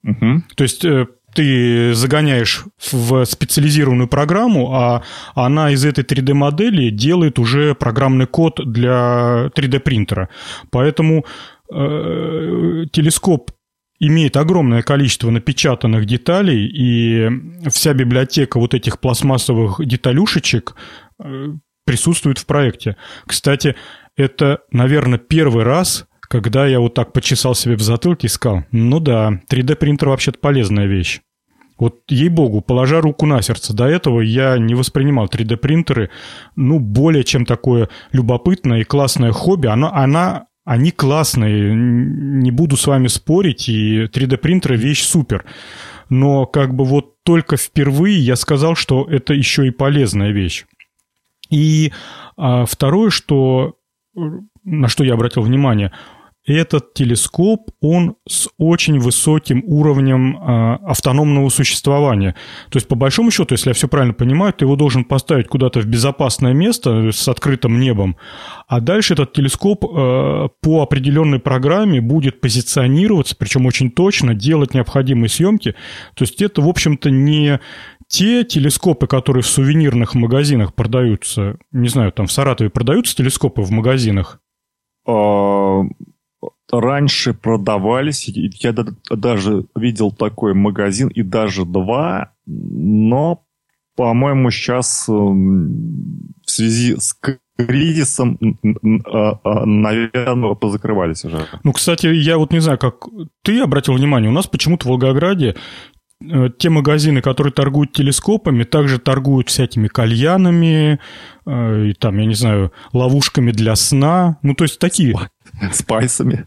Угу. То есть ты загоняешь в специализированную программу, а она из этой три дэ-модели делает уже программный код для три дэ-принтера. Поэтому э, телескоп имеет огромное количество напечатанных деталей, и вся библиотека вот этих пластмассовых деталюшечек э, присутствует в проекте. Кстати, это, наверное, первый раз, когда я вот так почесал себе в затылке и сказал, ну да, три дэ-принтер вообще-то полезная вещь. Вот, ей-богу, положа руку на сердце, до этого я не воспринимал три дэ-принтеры, ну, более чем такое любопытное и классное хобби. Оно, она, они классные, не буду с вами спорить, и три дэ-принтеры вещь супер. Но как бы вот только впервые я сказал, что это еще и полезная вещь. И а, второе, что, на что я обратил внимание, этот телескоп, он с очень высоким уровнем э, автономного существования. То есть, по большому счету, если я все правильно понимаю, ты его должен поставить куда-то в безопасное место с открытым небом, а дальше этот телескоп э, по определенной программе будет позиционироваться, причем очень точно, делать необходимые съемки. То есть, это, в общем-то, не те телескопы, которые в сувенирных магазинах продаются, не знаю, там в Саратове продаются телескопы в магазинах? Раньше продавались, я даже видел такой магазин, и даже два, но, по-моему, сейчас в связи с кризисом, наверное, позакрывались уже. Ну, кстати, я вот не знаю, как ты обратил внимание, у нас почему-то в Волгограде те магазины, которые торгуют телескопами, также торгуют всякими кальянами, и там, я не знаю, ловушками для сна. Ну, то есть такие... Спайсами.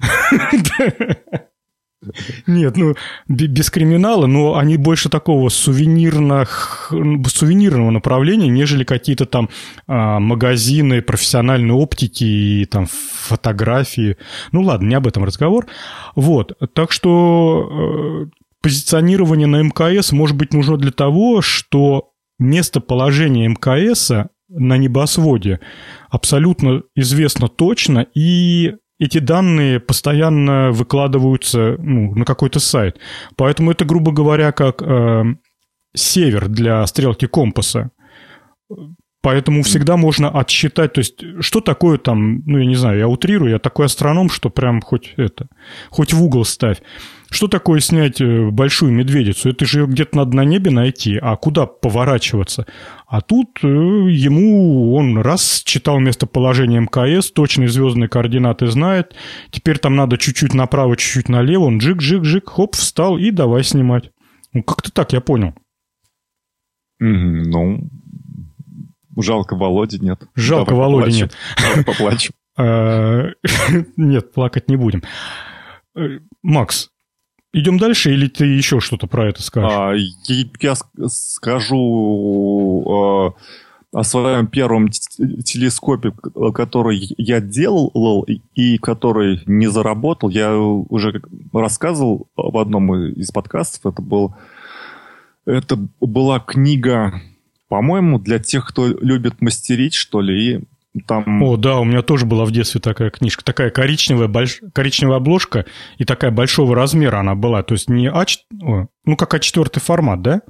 Нет, ну, без криминала, но они больше такого сувенирных, сувенирного направления, нежели какие-то там а, магазины профессиональной оптики и там фотографии. Ну, ладно, не об этом разговор. Вот, так что... Позиционирование на эм ка эс может быть нужно для того, что местоположение эм ка эс на небосводе абсолютно известно точно, и эти данные постоянно выкладываются ну, на какой-то сайт. Поэтому это, грубо говоря, как э, север для стрелки компаса. Поэтому всегда можно отсчитать, то есть что такое там, ну я не знаю, я утрирую, я такой астроном, что прям хоть это, хоть в угол ставь. Что такое снять большую медведицу? Это же ее где-то надо на небе найти, а куда поворачиваться? А тут ему он раз читал местоположение эм ка эс, точные звездные координаты знает, теперь там надо чуть-чуть направо, чуть-чуть налево, он джик-джик-джик, хоп, встал и давай снимать. Ну, как-то так, я понял. Mm, ну, жалко Володи нет. Жалко Володи нет. Давай поплачем. Нет, плакать не будем. Макс, идем дальше, или ты еще что-то про это скажешь? А, я скажу а, о своем первом телескопе, который я делал и который не заработал. Я уже рассказывал в одном из подкастов. Это, был, это была книга, по-моему, для тех, кто любит мастерить, что ли, и там... О, да, у меня тоже была в детстве такая книжка. Такая коричневая, больш... коричневая обложка и такая большого размера она была. То есть не А... О, ну, как А четыре формат, да?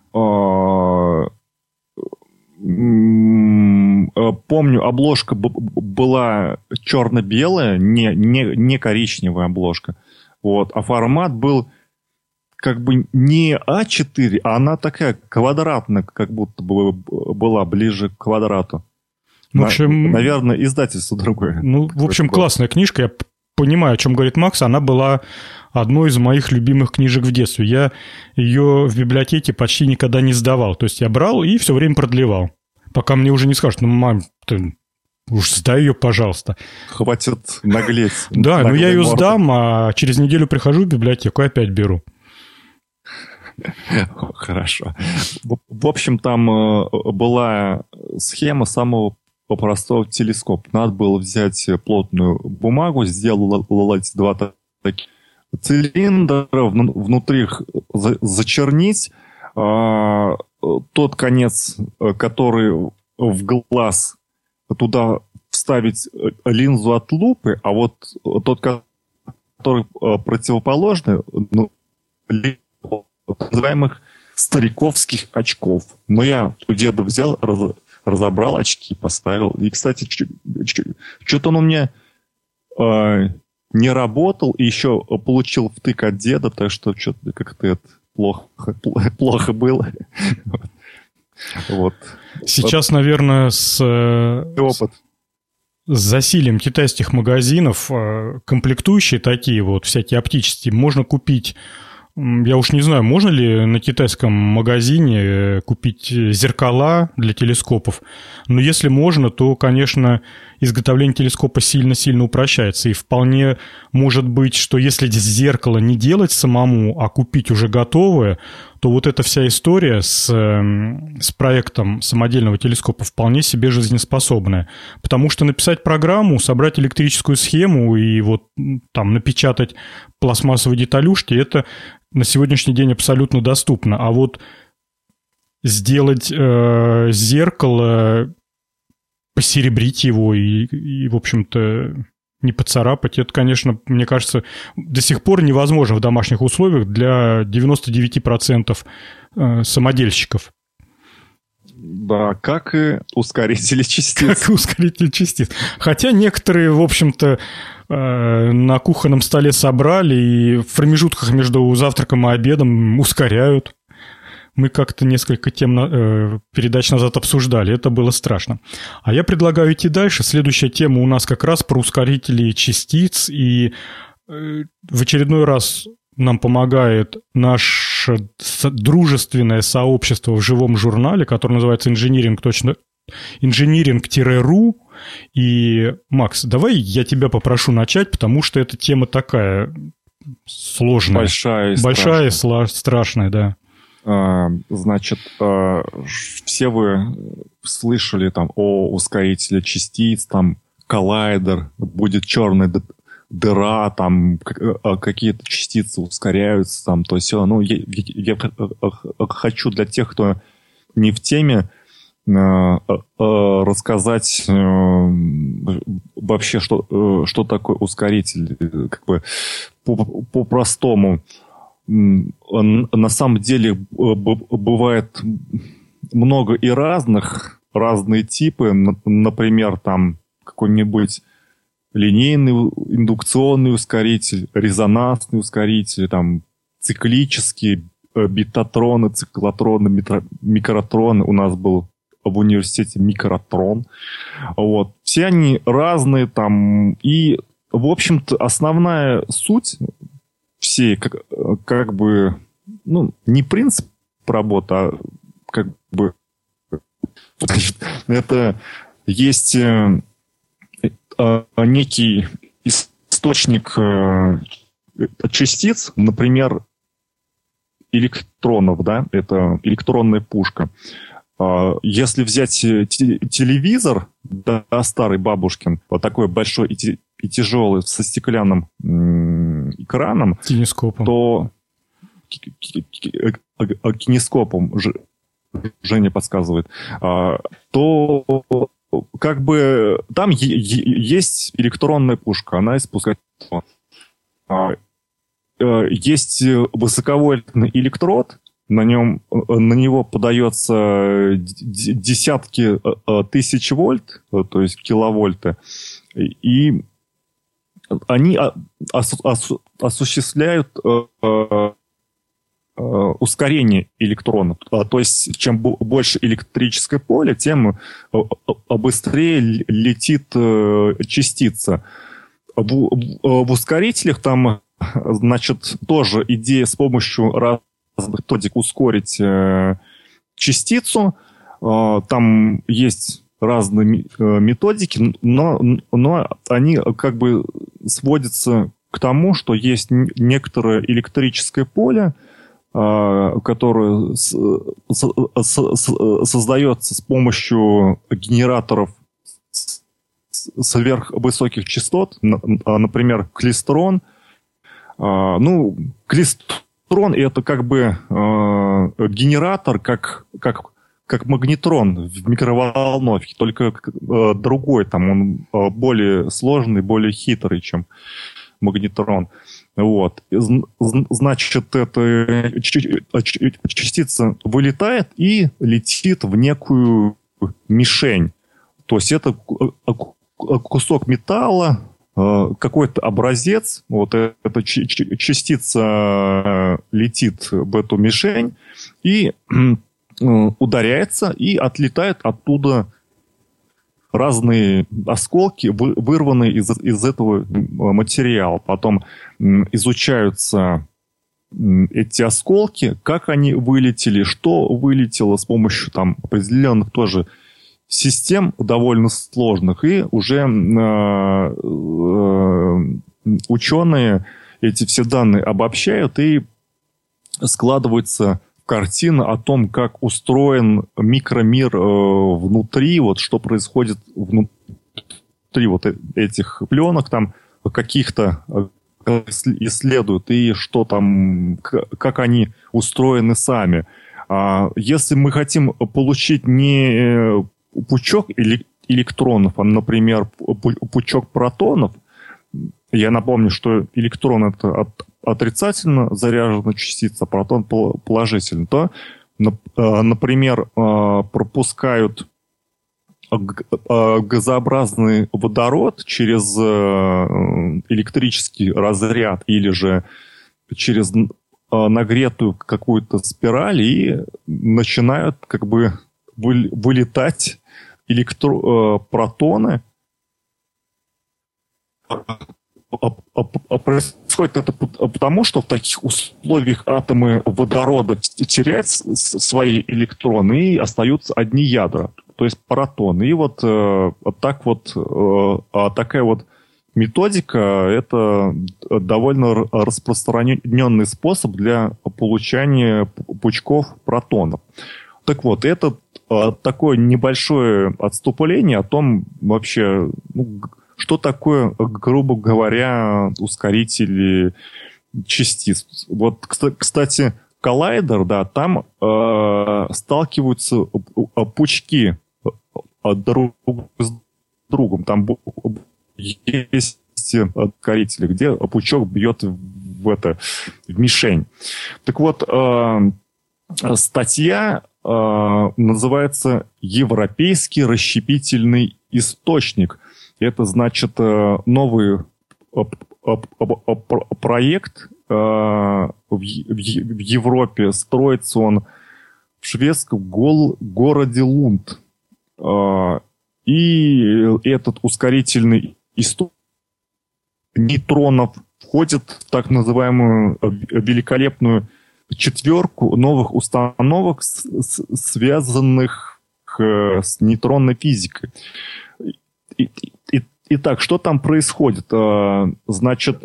Помню, обложка была черно-белая, не, не, не коричневая обложка. Вот. А формат был как бы не А четыре, а она такая квадратная, как будто бы была ближе к квадрату. В общем, наверное, издательство другое. Ну, в общем, классная книжка. Я понимаю, о чем говорит Макс. Она была одной из моих любимых книжек в детстве. Я ее в библиотеке почти никогда не сдавал. То есть я брал и все время продлевал. Пока мне уже не скажут, ну, мам, ты уж сдай ее, пожалуйста. Хватит наглеть. Да, но я ее сдам, а через неделю прихожу в библиотеку и опять беру. Хорошо. В общем, там была схема самого простого телескопа. Надо было взять плотную бумагу, сделать два таких цилиндра, внутри их зачернить. Тот конец, который в глаз, туда вставить линзу от лупы, а вот тот, который противоположный, ну, так называемых стариковских очков. Но я у деда взял, раз, разобрал очки, поставил. И, кстати, что-то он у меня э, не работал, и еще получил втык от деда, так что что-то как-то это плохо, плохо было. Вот. Сейчас, наверное, с, опыт. с засилием китайских магазинов комплектующие такие вот, всякие оптические, можно купить. Я уж не знаю, можно ли на китайском магазине купить зеркала для телескопов. Но если можно, то, конечно, изготовление телескопа сильно-сильно упрощается. И вполне может быть, что если зеркало не делать самому, а купить уже готовое, то вот эта вся история с, с проектом самодельного телескопа вполне себе жизнеспособная. Потому что написать программу, собрать электрическую схему и вот там напечатать пластмассовые деталюшки, это на сегодняшний день абсолютно доступно. А вот сделать э, зеркало, посеребрить его и, и, в общем-то, не поцарапать, это, конечно, мне кажется, до сих пор невозможно в домашних условиях для девяноста девяти процентов э, самодельщиков. Да, как и ускорители частиц. Как и ускорители частиц. Хотя некоторые, в общем-то, на кухонном столе собрали и в промежутках между завтраком и обедом ускоряют. Мы как-то несколько тем э, передач назад обсуждали, это было страшно. А я предлагаю идти дальше. Следующая тема у нас как раз про ускорители частиц. И э, в очередной раз нам помогает наше дружественное сообщество в живом журнале, которое называется инжиниринг инжиниринг-ру. И, Макс, давай я тебя попрошу начать, потому что эта тема такая сложная. Большая и Большая страшная. и страшная, да. А, значит, а, все вы слышали там о ускорителе частиц, там коллайдер, будет черная дыра, там какие-то частицы ускоряются, там то все. Ну, я, я хочу для тех, кто не в теме, рассказать вообще, что, что такое ускоритель, как бы по-простому. На самом деле бывает много и разных, разные типы. Например, там какой-нибудь линейный индукционный ускоритель, резонансный ускоритель, там циклические бетатроны, циклотроны, микротроны. У нас был в университете микротрон. Вот. Все они разные там. И, в общем-то, основная суть всей, как, как бы, ну, не принцип работы, а как бы это есть э, э, некий источник э, частиц, например, электронов, да, это электронная пушка. Если взять телевизор, да, старый бабушкин, вот такой большой и, и тяжелый, со стеклянным м- экраном, кинескопом, то кинескопом, Женя подсказывает, то как бы там есть электронная пушка, она испускает. Есть высоковольтный электрод, на нем, на него подается десятки тысяч вольт, то есть киловольты, и они осуществляют ускорение электронов. То есть, чем больше электрическое поле, тем быстрее летит частица. В, в ускорителях там, значит, тоже идея с помощью разных методик ускорить частицу. Там есть разные методики, но, но они как бы сводятся к тому, что есть некоторое электрическое поле, которое создается с помощью генераторов сверхвысоких частот, например, клистрон. Ну, клистрон — это как бы генератор, как, как, как магнетрон в микроволновке, только другой, там он более сложный, более хитрый, чем магнетрон. Вот. Значит, эта частица вылетает и летит в некую мишень. То есть это кусок металла, какой-то образец, вот эта частица летит в эту мишень и ударяется, и отлетает оттуда разные осколки, вырванные из, из этого материала. Потом изучаются эти осколки, как они вылетели, что вылетело с помощью там определенных тоже систем довольно сложных. И уже э, э, ученые эти все данные обобщают и складываются картина о том, как устроен микромир э, внутри, вот что происходит внутри вот этих пленок, там каких-то э, исследуют, и что там, как они устроены сами. А если мы хотим получить не пучок электронов, а, например, пучок протонов, я напомню, что электрон — это от отрицательно заряженная частица, протон положительно, то, например, пропускают газообразный водород через электрический разряд или же через нагретую какую-то спираль и начинают как бы вылетать электро... протоны. Происходит это потому, что в таких условиях атомы водорода теряют свои электроны и остаются одни ядра, то есть протоны. И вот э, так вот э, такая вот методика — это довольно распространенный способ для получения пучков протонов. Так вот, это э, такое небольшое отступление о том вообще, ну, что такое, грубо говоря, ускорители частиц. Вот, кстати, коллайдер, да, там э, сталкиваются пучки друг с другом. Там есть ускорители, где пучок бьет в, это, в мишень. Так вот, э, статья э, называется «Европейский расщепительный источник». Это значит новый проект в Европе. Строится он в шведском городе Лунд. И этот ускорительный источник нейтронов входит в так называемую великолепную четверку новых установок, связанных с нейтронной физикой. Итак, что там происходит? Значит,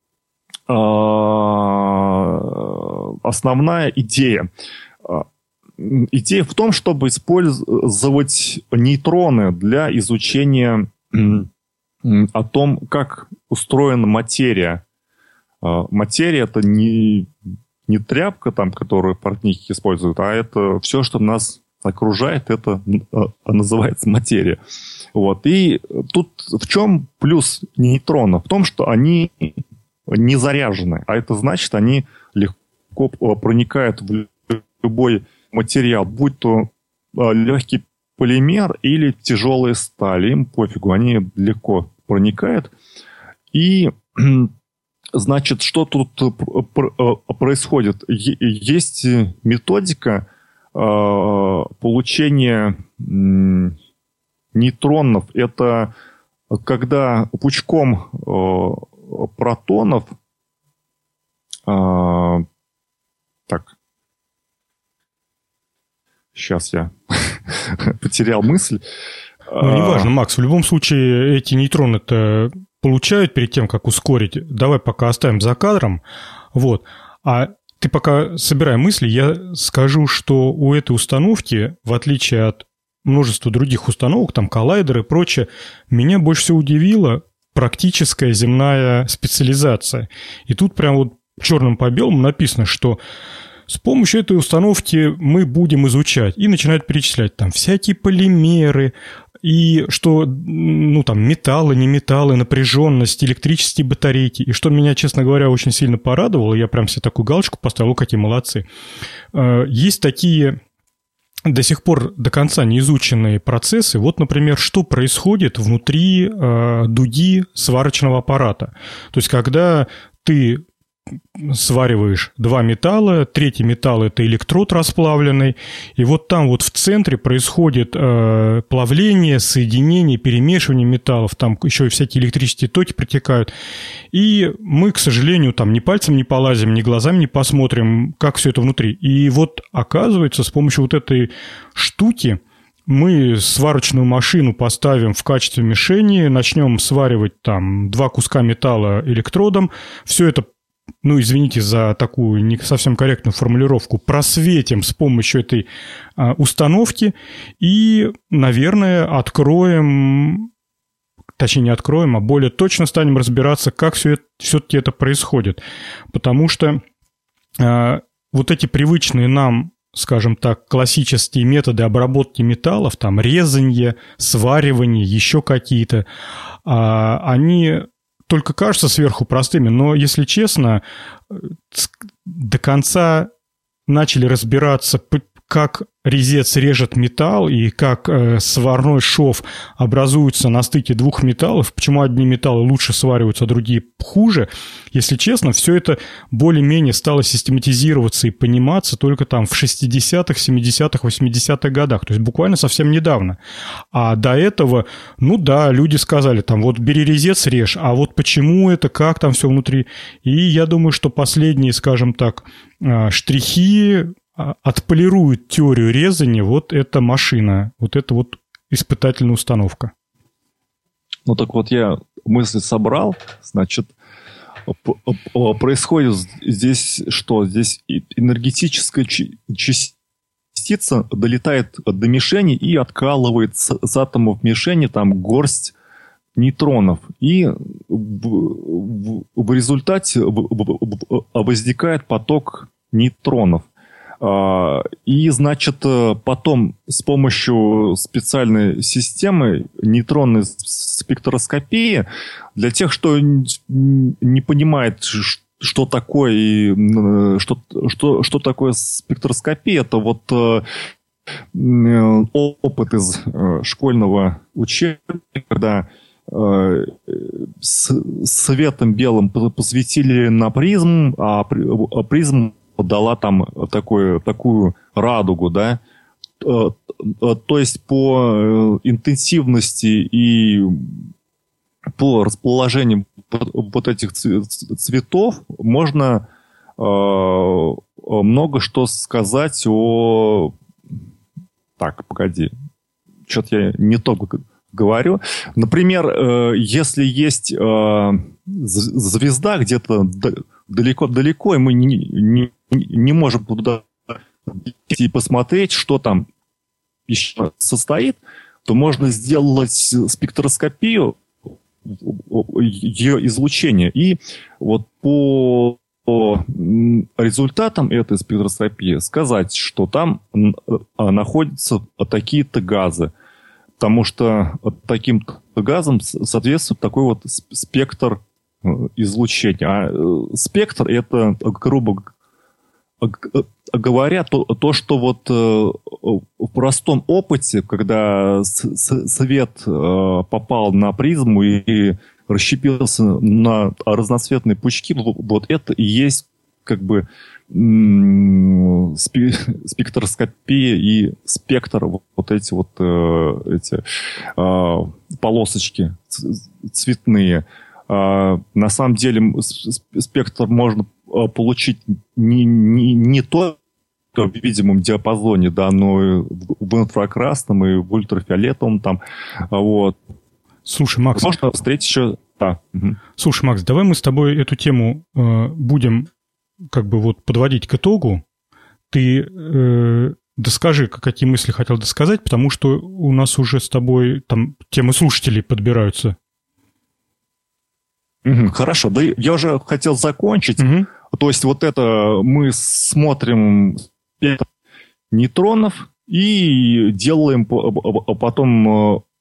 основная идея. Идея в том, чтобы использовать нейтроны для изучения о том, как устроена материя. Материя — это не, не тряпка, там, которую портнихи используют, а это все, что нас окружает, это называется материя. Вот. И тут в чем плюс нейтронов? В том, что они не заряжены. А это значит, они легко проникают в любой материал, будь то легкий полимер или тяжелая сталь. Им пофигу, они легко проникают. И, значит, что тут происходит? Есть методика получения нейтронов. Это когда пучком э, протонов э, так, сейчас я потерял мысль. Ну, неважно, Макс, в любом случае эти нейтроны-то получают перед тем, как ускорить. Давай пока оставим за кадром. Вот. А ты пока собирай мысли, я скажу, что у этой установки, в отличие от множества других установок, там коллайдеры и прочее, меня больше всего удивила практическая земная специализация. И тут прям вот черным по белому написано, что с помощью этой установки мы будем изучать. И начинают перечислять там всякие полимеры, и что, ну, там, металлы, не металлы, напряженность, электрические батарейки. И что меня, честно говоря, очень сильно порадовало, я прям себе такую галочку поставил, какие молодцы. Есть такие до сих пор до конца не изученные процессы. Вот, например, что происходит внутри дуги сварочного аппарата. То есть, когда ты свариваешь два металла, третий металл – это электрод расплавленный, и вот там вот в центре происходит э, плавление, соединение, перемешивание металлов, там еще и всякие электрические токи протекают, и мы, к сожалению, там ни пальцем не полазим, ни глазами не посмотрим, как все это внутри. И вот оказывается, с помощью вот этой штуки мы сварочную машину поставим в качестве мишени, начнем сваривать там два куска металла электродом, все это, ну, извините за такую не совсем корректную формулировку, просветим с помощью этой а, установки и, наверное, откроем, точнее, не откроем, а более точно станем разбираться, как все это, все-таки это происходит. Потому что а, вот эти привычные нам, скажем так, классические методы обработки металлов, там, резанье, сваривание, еще какие-то, а, они только кажутся сверху простыми, но, если честно, до конца начали разбираться, как резец режет металл и как э, сварной шов образуется на стыке двух металлов, почему одни металлы лучше свариваются, а другие хуже. Если честно, все это более-менее стало систематизироваться и пониматься только там в шестидесятых, семидесятых, восьмидесятых годах, то есть буквально совсем недавно. А до этого, ну да, люди сказали, там, вот бери резец, режь, а вот почему это, как там все внутри. И я думаю, что последние, скажем так, штрихи отполирует теорию резания вот эта машина, вот эта вот испытательная установка. Ну так вот я мысли собрал, значит, происходит здесь что? Здесь энергетическая частица долетает до мишени и откалывает с атомов мишени там горсть нейтронов. И в, в, в результате возникает поток нейтронов. И, значит, потом с помощью специальной системы нейтронной спектроскопии, для тех, кто не понимает, что такое, что, что, что такое спектроскопия, это вот опыт из школьного учебника, когда светом белым посветили на призм, а призм дала там такое, такую радугу, да, то есть по интенсивности и по расположению вот этих цветов можно много что сказать о... Так, погоди, что-то я не то говорю. Например, если есть звезда где-то далеко-далеко, и мы не, не, не можем туда идти и посмотреть, что там еще состоит, то можно сделать спектроскопию ее излучения. И вот по результатам этой спектроскопии сказать, что там находятся такие-то газы. Потому что таким газам соответствует такой вот спектр излучения. А спектр — это, грубо говоря, то, то что вот в простом опыте, когда свет попал на призму и расщепился на разноцветные пучки, вот это и есть как бы спектроскопия и спектр, вот эти вот эти полосочки цветные. На самом деле спектр можно получить не, не, не только в видимом диапазоне, да, но и в инфракрасном и в ультрафиолетовом там, вот. Слушай, Макс... Можно встретить еще... Да. Угу. Слушай, Макс, давай мы с тобой эту тему э, будем как бы вот подводить к итогу. Ты э, доскажи, какие мысли хотел досказать, потому что у нас уже с тобой там темы слушателей подбираются. Угу, хорошо, да я уже хотел закончить. Угу. То есть вот это мы смотрим нейтронов и делаем потом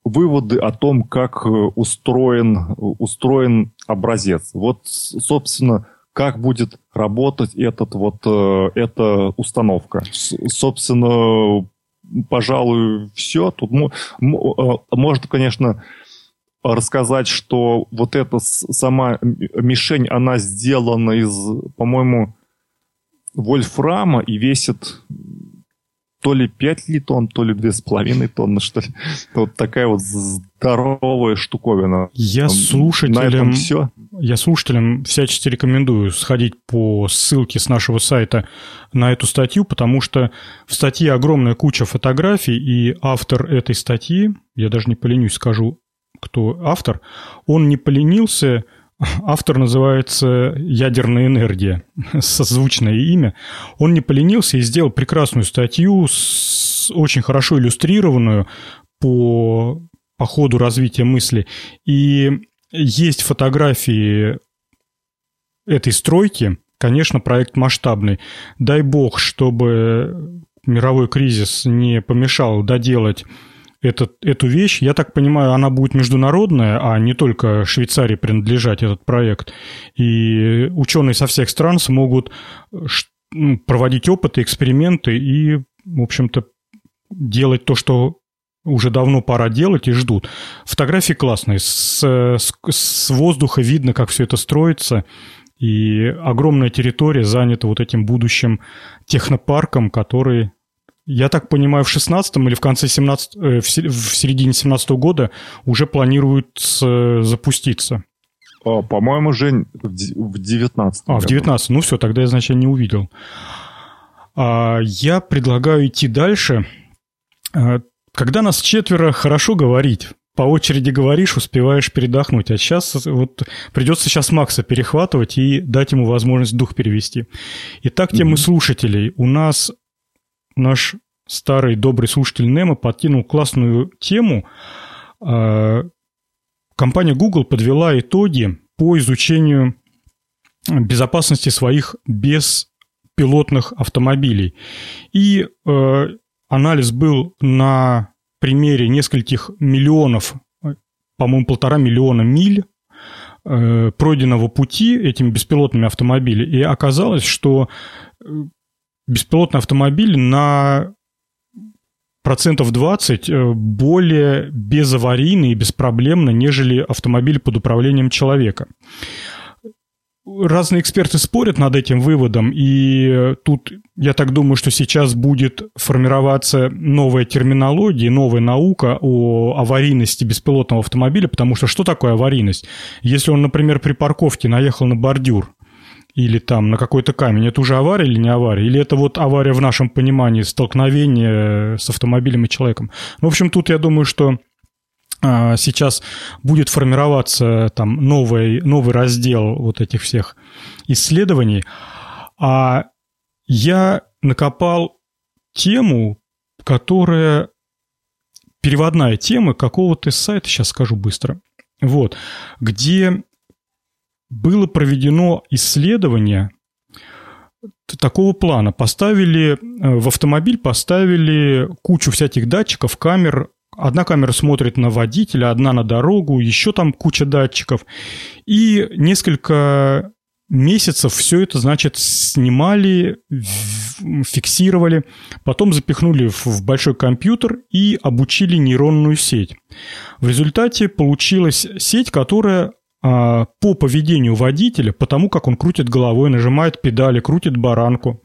выводы о том, как устроен, устроен образец. Вот, собственно, как будет работать этот, вот, эта установка. Собственно, пожалуй, все. Тут можно, конечно, рассказать, что вот эта сама мишень, она сделана из, по-моему, вольфрама и весит то ли пять тонн, то ли две с половиной тонны, что ли. Вот такая вот здоровая штуковина. Я слушателям, я слушателям всячески рекомендую сходить по ссылке с нашего сайта на эту статью, потому что в статье огромная куча фотографий, и автор этой статьи, я даже не поленюсь, скажу, кто автор, он не поленился. Автор называется «Ядерная энергия», созвучное имя. Он не поленился и сделал прекрасную статью, с, очень хорошо иллюстрированную по, по ходу развития мысли. И есть фотографии этой стройки. Конечно, проект масштабный. Дай бог, чтобы мировой кризис не помешал доделать Этот, эту вещь. Я так понимаю, она будет международная, а не только Швейцарии принадлежать этот проект. И ученые со всех стран смогут проводить опыты, эксперименты и, в общем-то, делать то, что уже давно пора делать и ждут. Фотографии классные. С, с, с воздуха видно, как все это строится. И огромная территория занята вот этим будущим технопарком, который... Я так понимаю, в шестнадцатом или в конце семнадцатого, в середине семнадцатого года уже планируют запуститься. О, по-моему, Жень, в девятнадцатом. А, в девятнадцатом. Ну все, тогда я, значит, не увидел. Я предлагаю идти дальше. Когда нас четверо, хорошо говорить. По очереди говоришь, успеваешь передохнуть. А сейчас вот придется сейчас Макса перехватывать и дать ему возможность дух перевести. Итак, темы mm-hmm. слушателей. У нас... Наш старый добрый слушатель Немо подкинул классную тему. Компания Google подвела итоги по изучению безопасности своих беспилотных автомобилей. И анализ был на примере нескольких миллионов, по-моему, полтора миллиона миль пройденного пути этими беспилотными автомобилями. И оказалось, что беспилотный автомобиль на процентов двадцать более безаварийный и беспроблемно, нежели автомобиль под управлением человека. Разные эксперты спорят над этим выводом, и тут, я так думаю, что сейчас будет формироваться новая терминология, новая наука о аварийности беспилотного автомобиля, потому что что такое аварийность? Если он, например, при парковке наехал на бордюр, или там на какой-то камень, это уже авария или не авария? Или это вот авария в нашем понимании, столкновение с автомобилем и человеком? Ну, в общем, тут я думаю, что а, сейчас будет формироваться там новый, новый раздел вот этих всех исследований. А я накопал тему, которая переводная тема какого-то сайта, сейчас скажу быстро, вот, где... было проведено исследование такого плана. Поставили в автомобиль, поставили кучу всяких датчиков, камер. Одна камера смотрит на водителя, одна на дорогу, еще там куча датчиков. И несколько месяцев все это, значит, снимали, фиксировали, потом запихнули в большой компьютер и обучили нейронную сеть. В результате получилась сеть, которая по поведению водителя, по тому, как он крутит головой, нажимает педали, крутит баранку,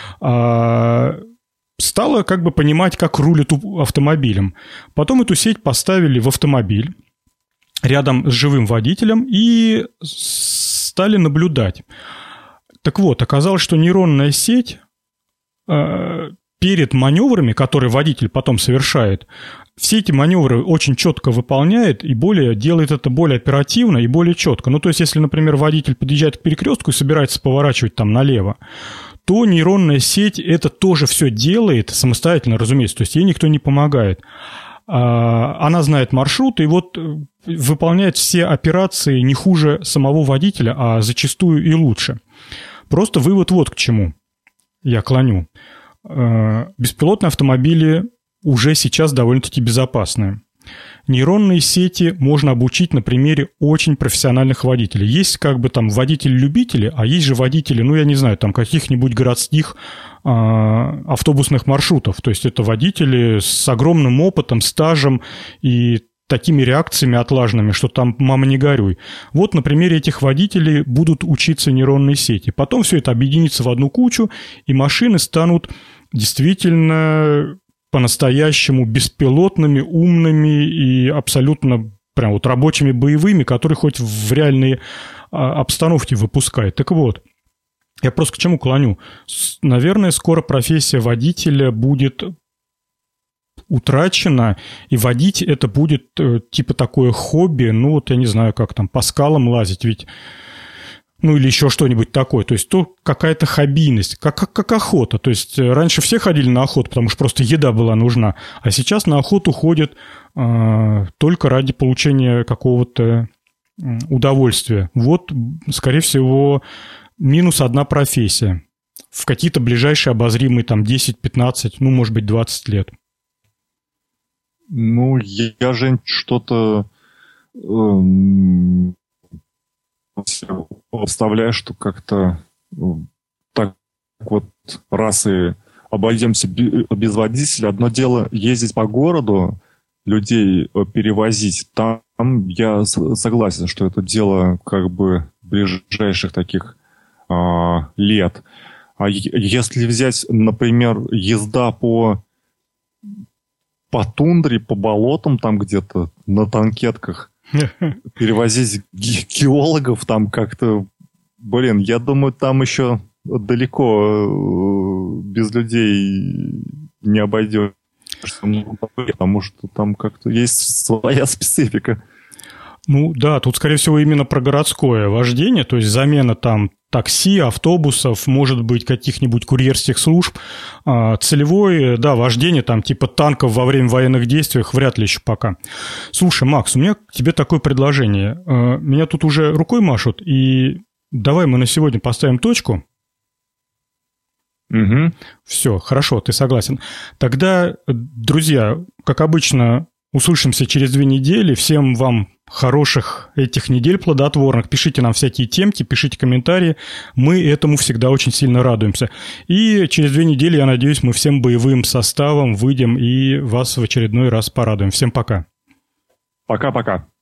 стала как бы понимать, как рулит автомобилем. Потом эту сеть поставили в автомобиль рядом с живым водителем и стали наблюдать. Так вот, оказалось, что нейронная сеть перед маневрами, которые водитель потом совершает, все эти маневры очень четко выполняет и более делает это более оперативно и более четко. Ну, то есть, если, например, водитель подъезжает к перекрестку и собирается поворачивать там налево, то нейронная сеть это тоже все делает самостоятельно, разумеется. То есть, ей никто не помогает. Она знает маршрут и вот выполняет все операции не хуже самого водителя, а зачастую и лучше. Просто вывод вот к чему я клоню. Беспилотные автомобили уже сейчас довольно-таки безопасные. Нейронные сети можно обучить на примере очень профессиональных водителей. Есть как бы там водители-любители, а есть же водители, ну, я не знаю, там каких-нибудь городских э, автобусных маршрутов. То есть это водители с огромным опытом, стажем и такими реакциями отлаженными, что там «мама, не горюй». Вот на примере этих водителей будут учиться нейронные сети. Потом все это объединится в одну кучу, и машины станут действительно по-настоящему беспилотными, умными и абсолютно прям вот рабочими боевыми, которые хоть в реальные обстановки выпускают. Так вот, я просто к чему клоню? Наверное, скоро профессия водителя будет утрачена, и водить это будет э, типа такое хобби, ну вот я не знаю, как там, по скалам лазить, ведь, ну или еще что-нибудь такое, то есть то какая-то хоббийность, как, как, как охота, то есть раньше все ходили на охоту, потому что просто еда была нужна, а сейчас на охоту ходят э, только ради получения какого-то удовольствия. Вот, скорее всего, минус одна профессия в какие-то ближайшие обозримые там десять-пятнадцать, ну может быть двадцать лет. Ну, я, я же что-то эм, представляю, что как-то э, так вот раз и обойдемся без водителя. Одно дело ездить по городу, людей перевозить. Там я согласен, что это дело как бы ближайших таких э, лет. А если взять, например, езда по по тундре, по болотам там где-то, на танкетках, перевозить ге- геологов там как-то, блин, я думаю, там еще далеко без людей не обойдешь, потому что там как-то есть своя специфика. Ну да, тут, скорее всего, именно про городское вождение, то есть замена там такси, автобусов, может быть, каких-нибудь курьерских служб. Целевое, да, вождение там типа танков во время военных действий вряд ли еще пока. Слушай, Макс, у меня к тебе такое предложение. Меня тут уже рукой машут, и давай мы на сегодня поставим точку. Угу. Все, хорошо, ты согласен. Тогда, друзья, как обычно, услышимся через две недели. Всем вам хороших этих недель плодотворных. Пишите нам всякие темки, пишите комментарии. Мы этому всегда очень сильно радуемся. И через две недели, я надеюсь, мы всем боевым составом выйдем и вас в очередной раз порадуем. Всем пока. Пока-пока.